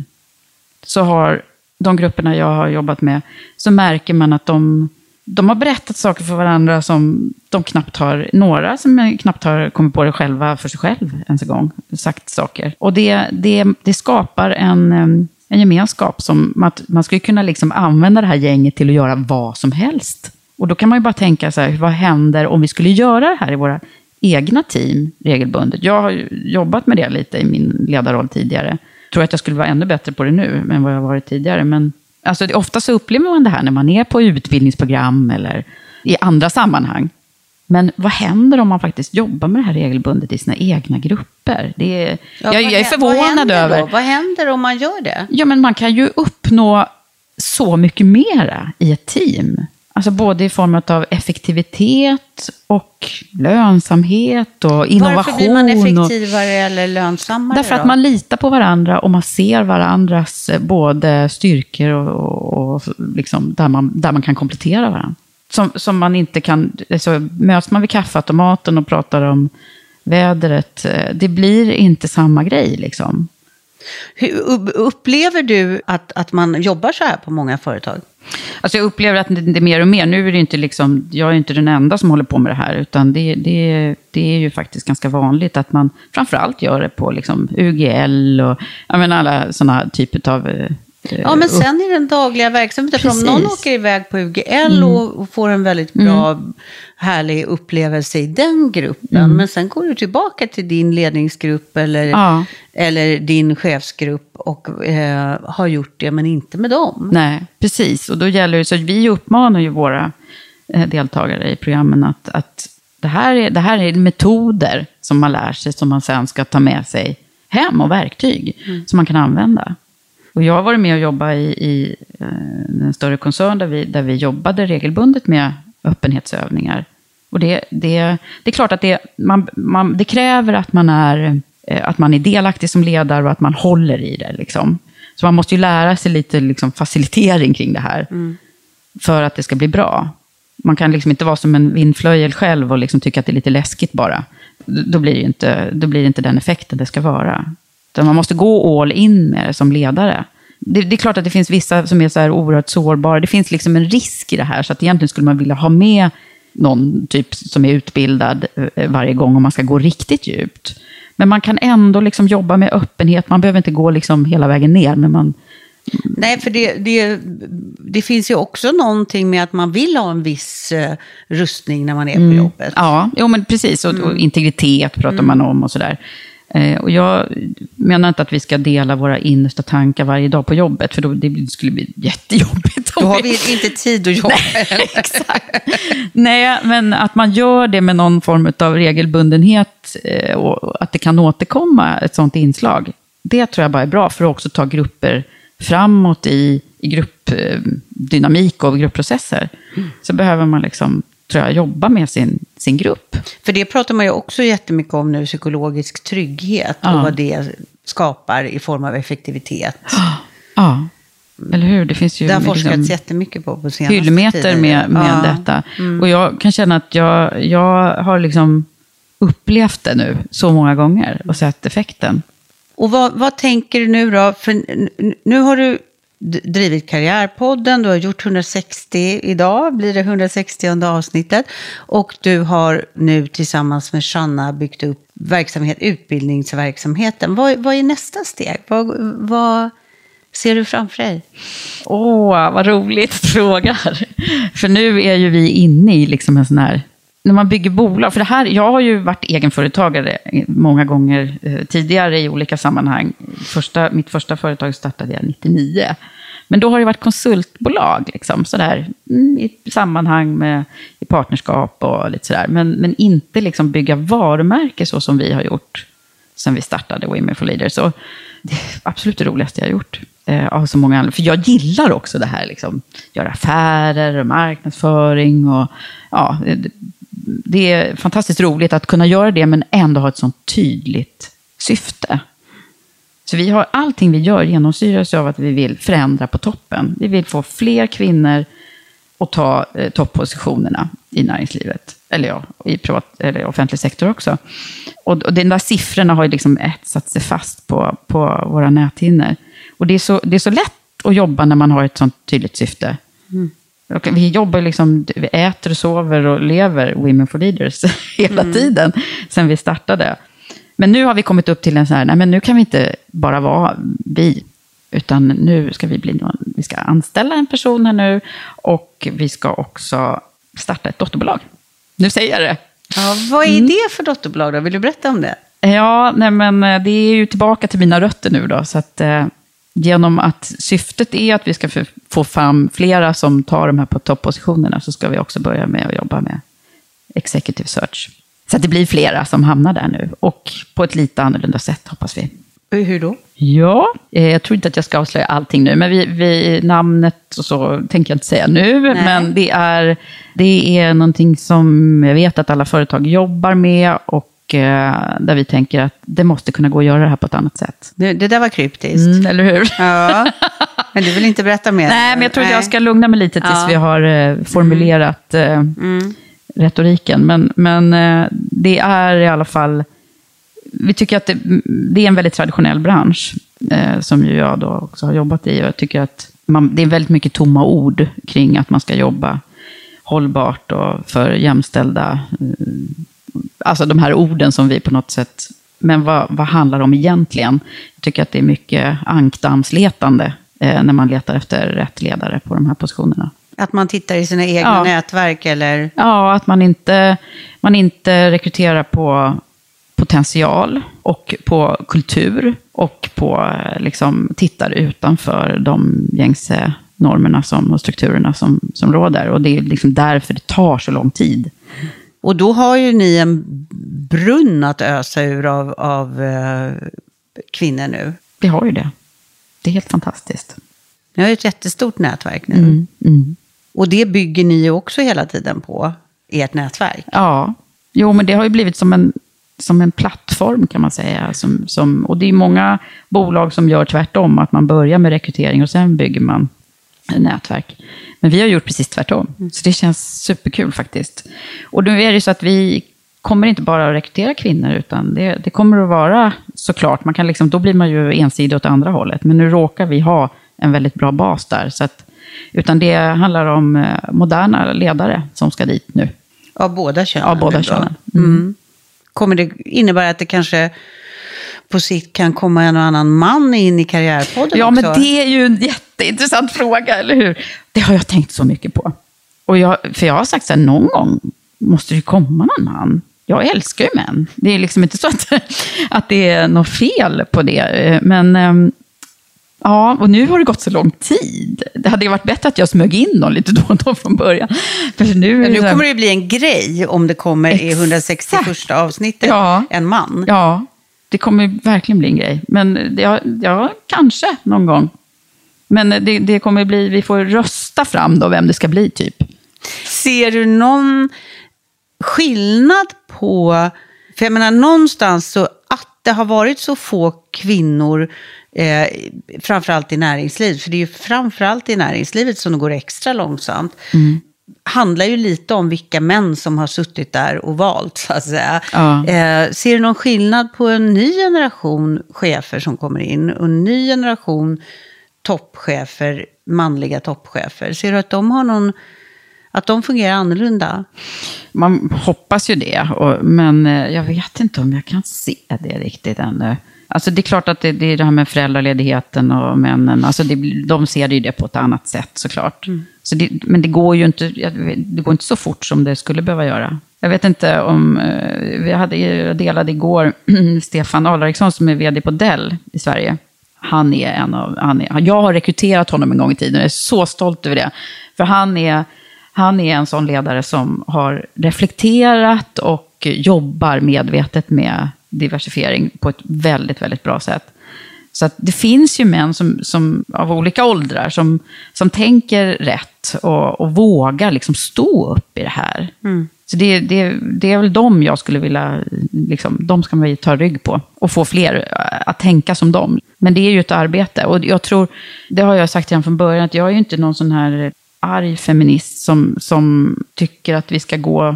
Så har de grupperna jag har jobbat med, så märker man att de, de har berättat saker för varandra som de knappt har, några som knappt har kommit på det själva för sig själv ens en gång, sagt saker. Och det, det, det skapar en, en gemenskap som man, man skulle kunna liksom använda det här gänget till att göra vad som helst. Och då kan man ju bara tänka så här, vad händer om vi skulle göra det här i våra egna team regelbundet? Jag har ju jobbat med det lite i min ledarroll tidigare. Jag tror att jag skulle vara ännu bättre på det nu än vad jag varit tidigare. Men alltså, ofta så upplever man det här när man är på utbildningsprogram eller i andra sammanhang. Men vad händer om man faktiskt jobbar med det här regelbundet i sina egna grupper? Det är, Ja, jag, jag är förvånad över. Då? Vad händer om man gör det? Ja, men man kan ju uppnå så mycket mera i ett team. Alltså både i form av effektivitet och lönsamhet och innovation. Varför blir man effektivare och, eller lönsammare? Därför då? att man litar på varandra och man ser varandras både styrkor och, och, och liksom där, man, där man kan komplettera varandra. Som, som man inte kan, alltså, möts man vid kaffeautomaten och pratar om vädret, det blir inte samma grej liksom. Hur upplever du att, att man jobbar så här på många företag? Alltså jag upplever att det är mer och mer. Nu är det inte liksom, jag är inte den enda som håller på med det här. Utan det, det, det är ju faktiskt ganska vanligt att man framförallt gör det på liksom U G L och jag menar, alla sådana typer av... Ja, men sen i den dagliga verksamheten. För om någon åker iväg på U G L mm. och får en väldigt bra, mm. härlig upplevelse i den gruppen. Mm. Men sen går du tillbaka till din ledningsgrupp eller, ja. eller din chefsgrupp och eh, har gjort det, men inte med dem. Nej, precis. Och då gäller det, så vi uppmanar ju våra eh, deltagare i programmen att, att det, här är, det här är metoder som man lär sig, som man sen ska ta med sig hem och verktyg mm. som man kan använda. Och jag har varit med och jobbat i, i en större koncern där vi, där vi jobbade regelbundet med öppenhetsövningar. Och det, det, det är klart att det, man, man, det kräver att man, är, att man är delaktig som ledare och att man håller i det. Liksom. Så man måste ju lära sig lite liksom, facilitering kring det här mm. för att det ska bli bra. Man kan liksom inte vara som en vindflöjel själv och liksom tycka att det är lite läskigt bara. Då blir det inte, då blir det inte den effekten det ska vara. Man måste gå all in med det som ledare. Det, det är klart att det finns vissa som är så här oerhört sårbara. Det finns liksom en risk i det här. Så att egentligen skulle man vilja ha med någon typ som är utbildad varje gång om man ska gå riktigt djupt. Men man kan ändå liksom jobba med öppenhet. Man behöver inte gå liksom hela vägen ner. Men man... Nej, för det, det, det finns ju också någonting med att man vill ha en viss uh, rustning när man är på mm. jobbet. Ja, jo, men precis. Och, och integritet pratar mm. man om och sådär. Eh, och jag menar inte att vi ska dela våra innersta tankar varje dag på jobbet. För då, det skulle bli jättejobbigt. Då har vi inte tid att jobba. Nej, exakt. Nej, men att man gör det med någon form av regelbundenhet. Eh, och att det kan återkomma ett sånt inslag. Det tror jag bara är bra för att också ta grupper framåt i, i gruppdynamik och gruppprocesser. Mm. Så behöver man liksom... tror jag, jobba med sin, sin grupp. För det pratar man ju också jättemycket om nu, psykologisk trygghet ja. och vad det skapar i form av effektivitet. Ja, eller hur? Det finns ju det har forskats liksom jättemycket på på senaste hyllmeter tiden. med, med ja. detta. Mm. Och jag kan känna att jag, jag har liksom upplevt det nu så många gånger och sett effekten. Och vad, vad tänker du nu då? För nu har du drivit Karriärpodden, du har gjort hundrasextio idag, blir det hundrasextionde avsnittet. Och du har nu tillsammans med Shanna byggt upp verksamhet, utbildningsverksamheten. Vad, vad är nästa steg? Vad, vad ser du framför dig? Åh, vad roligt frågar. För nu är ju vi inne i liksom en sån här, när man bygger bolag, för det här, jag har ju varit egenföretagare många gånger eh, tidigare i olika sammanhang. Första, mitt första företag startade jag nittionio. Men då har det varit konsultbolag, liksom, sådär, mm, i sammanhang med i partnerskap och lite sådär. Men, men inte liksom bygga varumärke så som vi har gjort sen vi startade Women for Leaders. Så det är absolut det roligaste jag har gjort. Eh, av så många andra. För jag gillar också det här, liksom, göra affärer och marknadsföring. Och, ja, det, det är fantastiskt roligt att kunna göra det, men ändå ha ett sånt tydligt syfte. Så vi har, allting vi gör genomsyras av att vi vill förändra på toppen. Vi vill få fler kvinnor att ta eh, toppositionerna i näringslivet. Eller ja, i privat, eller offentlig sektor också. Och, och de där siffrorna har ju liksom etsat sig fast på, på våra näthinnor. Och det är, så, det är så lätt att jobba när man har ett sånt tydligt syfte. Mm. Och vi jobbar liksom, vi äter och sover och lever Women for Leaders hela mm. tiden sen vi startade. Men nu har vi kommit upp till en sån här, nej men nu kan vi inte bara vara vi, utan nu ska vi bli någon, vi ska anställa en person här nu och vi ska också starta ett dotterbolag. Nu säger jag det. Ja, vad är mm. det för dotterbolag då? Vill du berätta om det? Ja, nej men det är ju tillbaka till mina rötter nu då, så att eh, genom att syftet är att vi ska få fram flera som tar de här på toppositionerna, så ska vi också börja med att jobba med executive search. Så att det blir flera som hamnar där nu. Och på ett lite annorlunda sätt, hoppas vi. Hur då? Ja, jag tror inte att jag ska avslöja allting nu. Men vi, vi, namnet och så tänker jag inte säga nu. Nej. Men det är, det är någonting som jag vet att alla företag jobbar med. Och eh, där vi tänker att det måste kunna gå att göra det här på ett annat sätt. Det, det där var kryptiskt. Mm, eller hur? Ja. Men du vill inte berätta mer? Nej, men jag tror att jag ska lugna mig lite tills ja. vi har eh, formulerat... Eh, mm. retoriken, men, men det är i alla fall, vi tycker att det, det är en väldigt traditionell bransch eh, som ju jag då också har jobbat i, och jag tycker att man, det är väldigt mycket tomma ord kring att man ska jobba hållbart och för jämställda, eh, alltså de här orden som vi på något sätt, men vad, vad handlar det om egentligen? Jag tycker att det är mycket ankdammsletande eh, när man letar efter rätt ledare på de här positionerna. Att man tittar i sina egna ja. nätverk eller? Ja, att man inte, man inte rekryterar på potential och på kultur och på, liksom, tittar utanför de gängse normerna som, och strukturerna som, som råder. Och det är liksom därför det tar så lång tid. Och då har ju ni en brunn att ösa ur av, av uh, kvinnor nu. Vi har ju det. Det är helt fantastiskt. Ni har ju ett jättestort nätverk nu. Mm, mm. Och det bygger ni ju också hela tiden på, ert nätverk. Ja, jo men det har ju blivit som en, som en plattform kan man säga. Som, som, och det är många bolag som gör tvärtom, att man börjar med rekrytering och sen bygger man nätverk. Men vi har gjort precis tvärtom, mm. så det känns superkul faktiskt. Och nu är det så att vi kommer inte bara att rekrytera kvinnor, utan det, det kommer att vara såklart, man kan liksom, då blir man ju ensidig åt andra hållet. Men nu råkar vi ha en väldigt bra bas där, så att, utan det handlar om moderna ledare som ska dit nu. Av båda könen? Av båda könen. Mm. Mm. Kommer det innebära att det kanske på sikt kan komma en och annan man in i Karriärpodden ja, också? Ja, men det är ju en jätteintressant fråga, eller hur? Det har jag tänkt så mycket på. Och jag, för jag har sagt så här, någon gång måste det komma någon man. Jag älskar ju män. Det är liksom inte så att, att det är något fel på det. Men... Ja, och nu har det gått så lång tid. Det hade ju varit bättre att jag smög in någon lite då och då från början. För nu ja, nu kommer det bli en grej om det kommer Exakt. i hundrasextioförsta avsnittet ja. en man. Ja, det kommer verkligen bli en grej. Men ja, ja kanske någon gång. Men det, det kommer bli, vi får rösta fram då vem det ska bli typ. Ser du någon skillnad på, för jag menar någonstans så att det har varit så få kvinnor Eh, framförallt i näringslivet, för det är ju framförallt i näringslivet som det går extra långsamt, mm. handlar ju lite om vilka män som har suttit där och valt, så att säga. Ja. Eh, ser du någon skillnad på en ny generation chefer som kommer in och en ny generation toppchefer, manliga toppchefer? Ser du att de har någon, att de fungerar annorlunda? Man hoppas ju det, och, men jag vet inte om jag kan se det riktigt ännu. Alltså det är klart att det, det är det här med föräldraledigheten och männen. Alltså det, de ser ju det på ett annat sätt såklart. Mm. Så det, men det går ju inte, det går inte så fort som det skulle behöva göra. Jag vet inte om, vi hade jag delade igår Stefan Alariksson som är vd på Dell i Sverige. Han är en av, han är, jag har rekryterat honom en gång i tiden och är så stolt över det. För han är, han är en sån ledare som har reflekterat och jobbar medvetet med diversifiering på ett väldigt, väldigt bra sätt. Så att det finns ju män som, som, av olika åldrar som, som tänker rätt och, och vågar liksom stå upp i det här. Mm. Så det, det, det är väl de jag skulle vilja, liksom, de ska man ju ta rygg på och få fler att tänka som dem. Men det är ju ett arbete och jag tror, det har jag sagt redan från början, att jag är ju inte någon sån här arg feminist som, som tycker att vi ska gå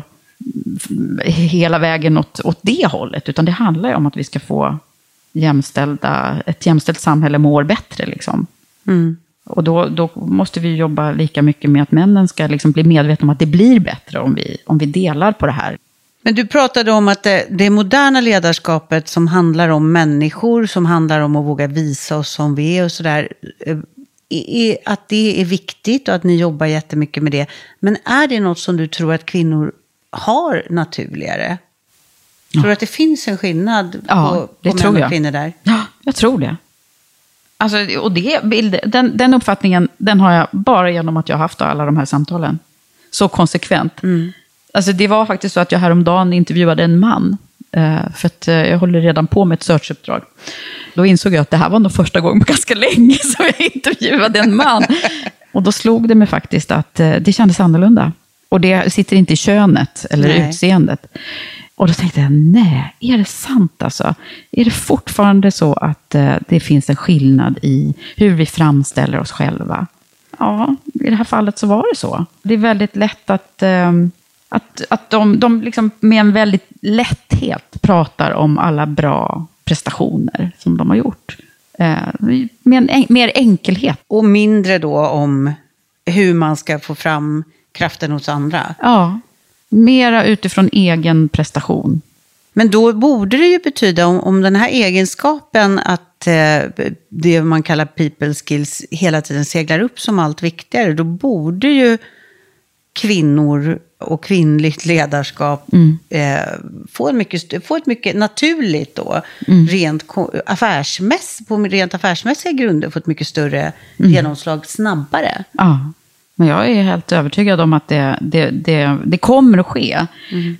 hela vägen åt, åt det hållet, utan det handlar ju om att vi ska få jämställda, ett jämställt samhälle mår bättre liksom. Mm. Och då, då måste vi jobba lika mycket med att männen ska liksom bli medvetna om att det blir bättre om vi, om vi delar på det här. Men du pratade om att det, det moderna ledarskapet som handlar om människor, som handlar om att våga visa oss som vi är och sådär, att det är viktigt och att ni jobbar jättemycket med det. Men är det något som du tror att kvinnor har naturligare? Tror du ja. att det finns en skillnad ja, på, på det män tror och jag. kvinnor där? Ja, jag tror det. Alltså, och det bild, den, den uppfattningen, den har jag bara genom att jag har haft alla de här samtalen. Så konsekvent. Mm. Alltså, det var faktiskt så att jag häromdagen intervjuade en man. Eh, för att eh, jag håller redan på med ett searchuppdrag. Då insåg jag att det här var nog första gången på ganska länge som jag intervjuade en man. Och då slog det mig faktiskt att eh, det kändes annorlunda. Och det sitter inte i könet eller nej. utseendet. Och då tänkte jag, nej, är det sant alltså? Är det fortfarande så att eh, det finns en skillnad i hur vi framställer oss själva? Ja, i det här fallet så var det så. Det är väldigt lätt att, eh, att, att de, de liksom med en väldigt lätthet pratar om alla bra prestationer som de har gjort. Eh, med en en, mer enkelhet. Och mindre då om hur man ska få fram kraften hos andra. Ja, mera utifrån egen prestation. Men då borde det ju betyda, om, om den här egenskapen att eh, det man kallar people skills hela tiden seglar upp som allt viktigare, då borde ju kvinnor och kvinnligt ledarskap mm. eh, få, en mycket, få ett mycket naturligt då, mm. rent affärsmäss, på rent affärsmässiga grunder få ett mycket större mm. genomslag snabbare. Ja. Men jag är helt övertygad om att det, det, det, det kommer att ske. Mm.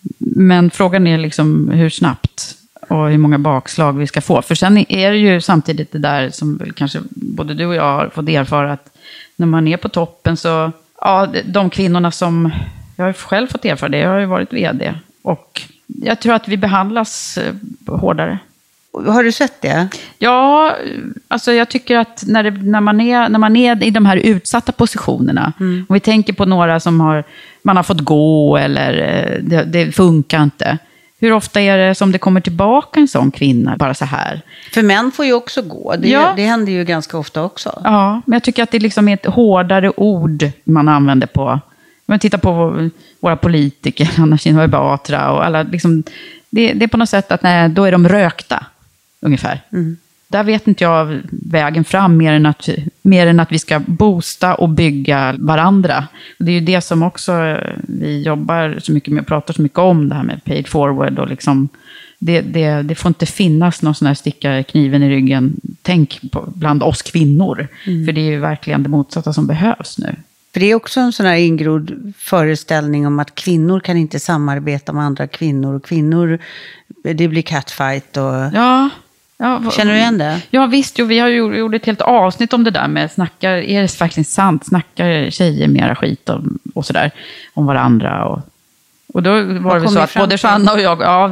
Men frågan är liksom hur snabbt och hur många bakslag vi ska få. För sen är det ju samtidigt det där som kanske både du och jag har fått erfara, att när man är på toppen så, ja, de kvinnorna som, jag har själv fått erfara det, jag har ju varit vd. Och jag tror att vi behandlas hårdare. Har du sett det? Ja, alltså jag tycker att när, det, när, man, är, när man är i de här utsatta positionerna, mm. om vi tänker på några som har, man har fått gå eller det, det funkar inte. Hur ofta är det som det kommer tillbaka en sån kvinna bara så här? För män får ju också gå, det, ja. det händer ju ganska ofta också. Ja, men jag tycker att det liksom är ett hårdare ord man använder på. Om man tittar på våra politiker, Anna Kinberg Batra och alla, liksom, det, det är på något sätt att nej, då är de rökta. Ungefär. Mm. Där vet inte jag vägen fram mer än, att, mer än att vi ska boosta och bygga varandra. Och det är ju det som också vi jobbar så mycket med och pratar så mycket om, det här med paid forward. Och liksom, det, det, det får inte finnas någon sån här sticka kniven i ryggen. Tänk på, bland oss kvinnor. Mm. För det är ju verkligen det motsatta som behövs nu. För det är också en sån här ingrodd föreställning om att kvinnor kan inte samarbeta med andra kvinnor. Och kvinnor, det blir catfight och... Ja. Ja, känner du igen det? Ja visst, jo, vi har ju gjort ett helt avsnitt om det där med snackar, är det verkligen sant? Snackar tjejer mera skit om, och sådär om varandra? Och, och då var det väl så att både Sanna och jag, ja,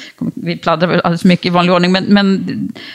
vi pladdrar alldeles mycket i vanlig ordning, men, men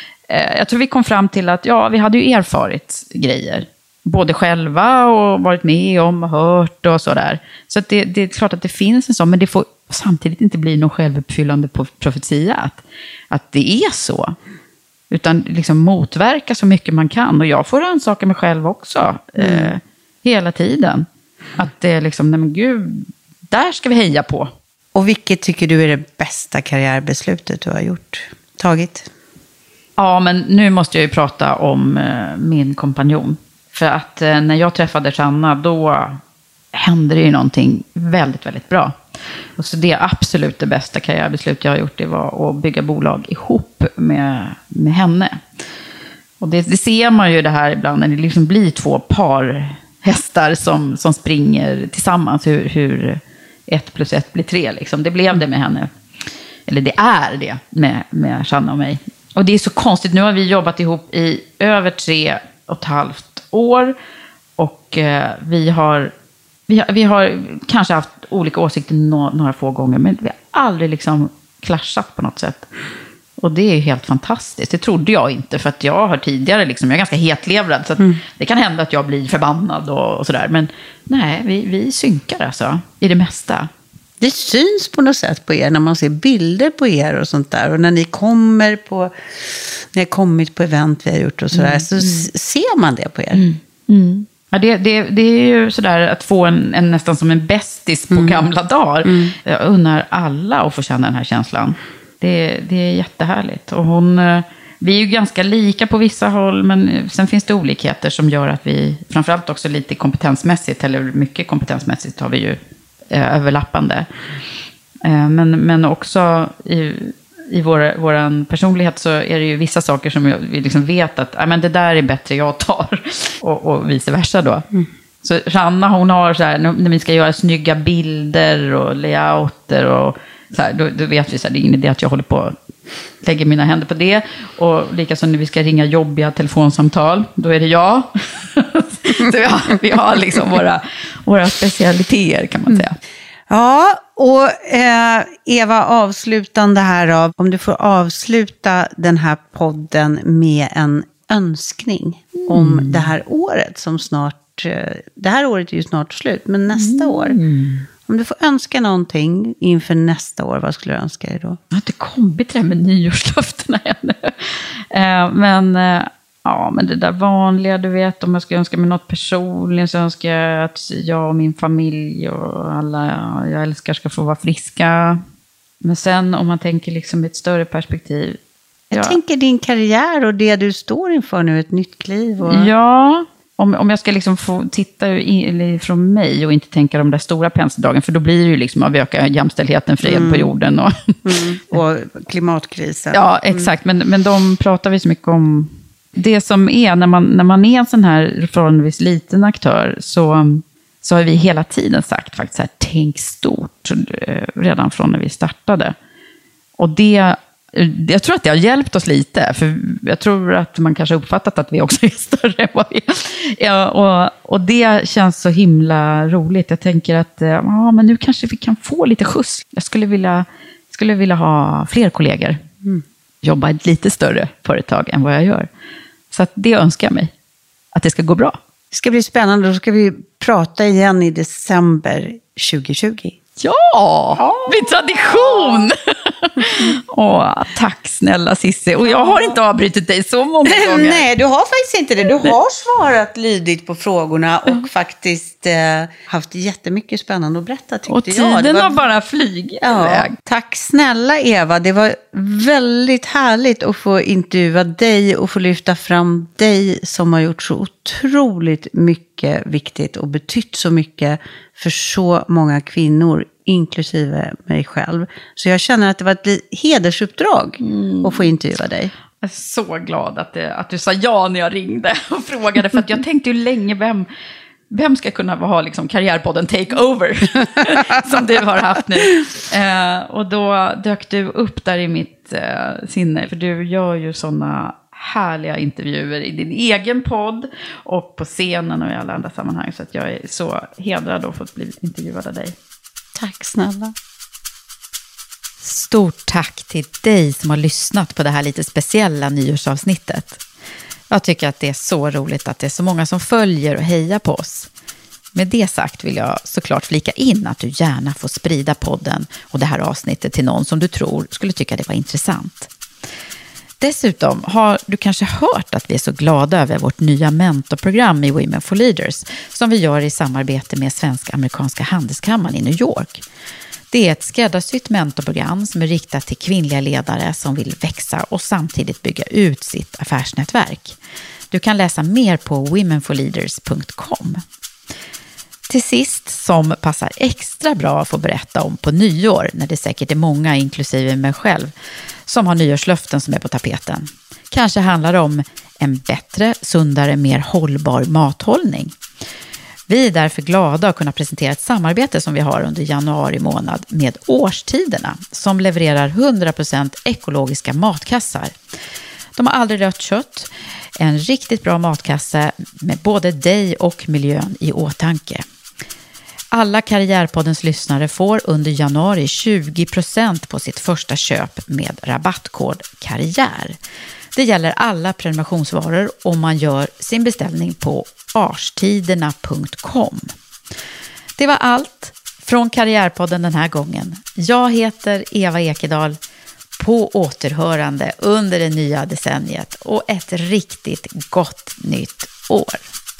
eh, jag tror vi kom fram till att ja, vi hade ju erfarit grejer. Både själva och varit med om och hört och sådär. Så att det, det är klart att det finns en sån, men det får samtidigt inte bli någon självuppfyllande profetia att, att det är så. Utan liksom motverka så mycket man kan. Och jag får ansaka mig själv också. Mm. Eh, hela tiden. Att det är liksom, nej men gud, där ska vi heja på. Och vilket tycker du är det bästa karriärbeslutet du har gjort? Tagit? Ja, men nu måste jag ju prata om eh, min kompanjon. För att eh, när jag träffade Sanna, då hände det ju någonting väldigt, väldigt bra. Och så det absolut det bästa karriärbeslut jag har gjort, det var att bygga bolag ihop med, med henne. Och det, det ser man ju det här ibland, när det liksom blir två par hästar som, som springer tillsammans, hur, hur ett plus ett blir tre. Liksom. Det blev det med henne. Eller det är det med, med Sanna och mig. Och det är så konstigt, nu har vi jobbat ihop i över tre och ett halvt år. Och eh, vi har... Vi har, vi har kanske haft olika åsikter no, några få gånger, men vi har aldrig liksom klaschat på något sätt. Och det är helt fantastiskt. Det trodde jag inte, för att jag har tidigare, liksom, jag är ganska hetlevrad, så att mm. det kan hända att jag blir förbannad och, och sådär. Men nej, vi, vi synkar alltså i det mesta. Det syns på något sätt på er när man ser bilder på er och sånt där. Och när ni kommer på, när ni har kommit på event vi har gjort och sådär, mm. så mm. ser man det på er. Mm. Mm. Ja, det, det, det är ju sådär att få en, en nästan som en bästis på mm. gamla dagar. Mm. Jag unnar alla att få känna den här känslan. Det, det är jättehärligt. Och hon, vi är ju ganska lika på vissa håll, men sen finns det olikheter som gör att vi, framförallt också lite kompetensmässigt, eller mycket kompetensmässigt har vi ju eh, överlappande. Eh, men, men också i... i vår, vår personlighet så är det ju vissa saker som vi liksom vet att äh, men det där är bättre jag tar. Och, och vice versa då. Mm. Så Sanna, hon har så här, när vi ska göra snygga bilder och layouter och så här, då, då vet vi så här, det är ingen idé att jag håller på lägger mina händer på det. Och likaså när vi ska ringa jobbiga telefonsamtal, då är det jag. Så vi har, vi har liksom våra, våra specialiteter, kan man säga. Mm. Ja, och eh, Eva, avslutande här av, om du får avsluta den här podden med en önskning mm. om det här året som snart, eh, det här året är ju snart slut, men nästa mm. år. Om du får önska någonting inför nästa år, vad skulle du önska dig då? Jag har inte kommit till det här med nyårslöftena ännu. eh, men... Eh, Ja, men det där vanliga, du vet, om jag ska önska mig något personligen så önskar jag att jag och min familj och alla jag älskar ska få vara friska. Men sen om man tänker liksom i ett större perspektiv. Jag ja. tänker din karriär och det du står inför nu, ett nytt kliv. Och... Ja, om, om jag ska liksom få titta in, från mig och inte tänka de där stora penseldragen, för då blir det ju liksom att öka jämställdheten, fred mm. på jorden. Och, mm. och klimatkrisen. Ja, exakt. Mm. Men, men de pratar vi så mycket om. Det som är, när man, när man är en sån här förhållandevis liten aktör, så, så har vi hela tiden sagt faktiskt så här, tänk stort, redan från när vi startade. Och det, jag tror att det har hjälpt oss lite, för jag tror att man kanske har uppfattat att vi också är större än vad vi är. Ja, och, och det känns så himla roligt. Jag tänker att ja, men nu kanske vi kan få lite skjuts. Jag skulle vilja, skulle vilja ha fler kollegor. Mm. Jobba i ett lite större företag än vad jag gör. Så att det önskar jag mig. Att det ska gå bra. Det ska bli spännande. Då ska vi prata igen i december tjugohundratjugo. Ja, ja. Vid tradition. Åh, tack snälla Cissi. Och jag har inte avbrytit dig så många gånger. Nej, du har faktiskt inte det. Du har svarat lydigt på frågorna och faktiskt eh, haft jättemycket spännande att berätta, tyckte jag. Och tiden jag. Var... har bara flygit ja. iväg. Tack snälla Eva. Det var väldigt härligt att få intervjua dig och få lyfta fram dig som har gjort så otroligt mycket viktigt och betytt så mycket för så många kvinnor, inklusive mig själv. Så jag känner att det var ett hedersuppdrag mm. att få intervjua dig. Jag är så glad att, det, att du sa ja när jag ringde och frågade. För att jag tänkte ju länge, vem, vem ska kunna ha liksom karriärpodden Takeover som du har haft nu. Eh, och då dök du upp där i mitt eh, sinne. För du gör ju sådana härliga intervjuer i din egen podd och på scenen och i alla andra sammanhang. Så att jag är så hedrad att få bli intervjuad av dig. Tack snälla. Stort tack till dig som har lyssnat på det här lite speciella nyårsavsnittet. Jag tycker att det är så roligt att det är så många som följer och hejar på oss. Med det sagt vill jag såklart flika in att du gärna får sprida podden och det här avsnittet till någon som du tror skulle tycka det var intressant. Dessutom har du kanske hört att vi är så glada över vårt nya mentorprogram i Women for Leaders som vi gör i samarbete med Svenska Amerikanska Handelskammaren i New York. Det är ett skräddarsytt mentorprogram som är riktat till kvinnliga ledare som vill växa och samtidigt bygga ut sitt affärsnätverk. Du kan läsa mer på women for leaders punkt com. Till sist, som passar extra bra att få berätta om på nyår, när det säkert är många, inklusive mig själv, som har nyårslöften som är på tapeten. Kanske handlar det om en bättre, sundare, mer hållbar mathållning. Vi är därför glada att kunna presentera ett samarbete som vi har under januari månad med Årstiderna, som levererar hundra procent ekologiska matkassar. De har aldrig rött kött, en riktigt bra matkasse med både dig och miljön i åtanke. Alla Karriärpoddens lyssnare får under januari tjugo procent på sitt första köp med rabattkod karriär. Det gäller alla prenumerationsvaror om man gör sin beställning på årstiderna punkt com. Det var allt från Karriärpodden den här gången. Jag heter Eva Ekedal. På återhörande under det nya decenniet och ett riktigt gott nytt år.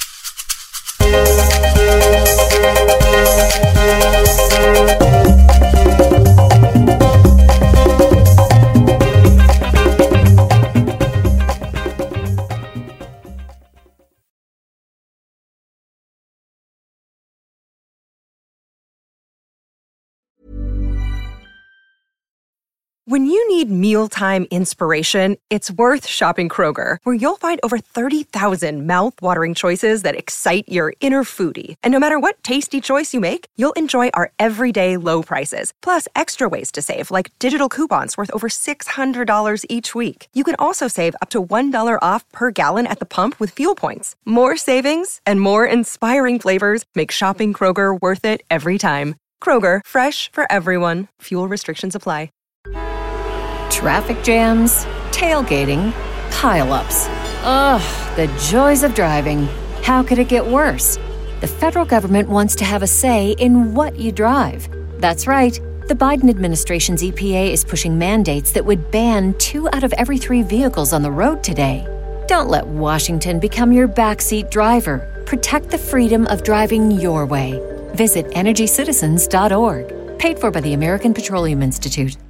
When you need mealtime inspiration, it's worth shopping Kroger, where you'll find over thirty thousand mouth-watering choices that excite your inner foodie. And no matter what tasty choice you make, you'll enjoy our everyday low prices, plus extra ways to save, like digital coupons worth over six hundred dollars each week. You can also save up to one dollar off per gallon at the pump with fuel points. More savings and more inspiring flavors make shopping Kroger worth it every time. Kroger, fresh for everyone. Fuel restrictions apply. Traffic jams, tailgating, pile-ups. Ugh, the joys of driving. How could it get worse? The federal government wants to have a say in what you drive. That's right. The Biden administration's E P A is pushing mandates that would ban two out of every three vehicles on the road today. Don't let Washington become your backseat driver. Protect the freedom of driving your way. Visit energy citizens dot org. Paid for by the American Petroleum Institute.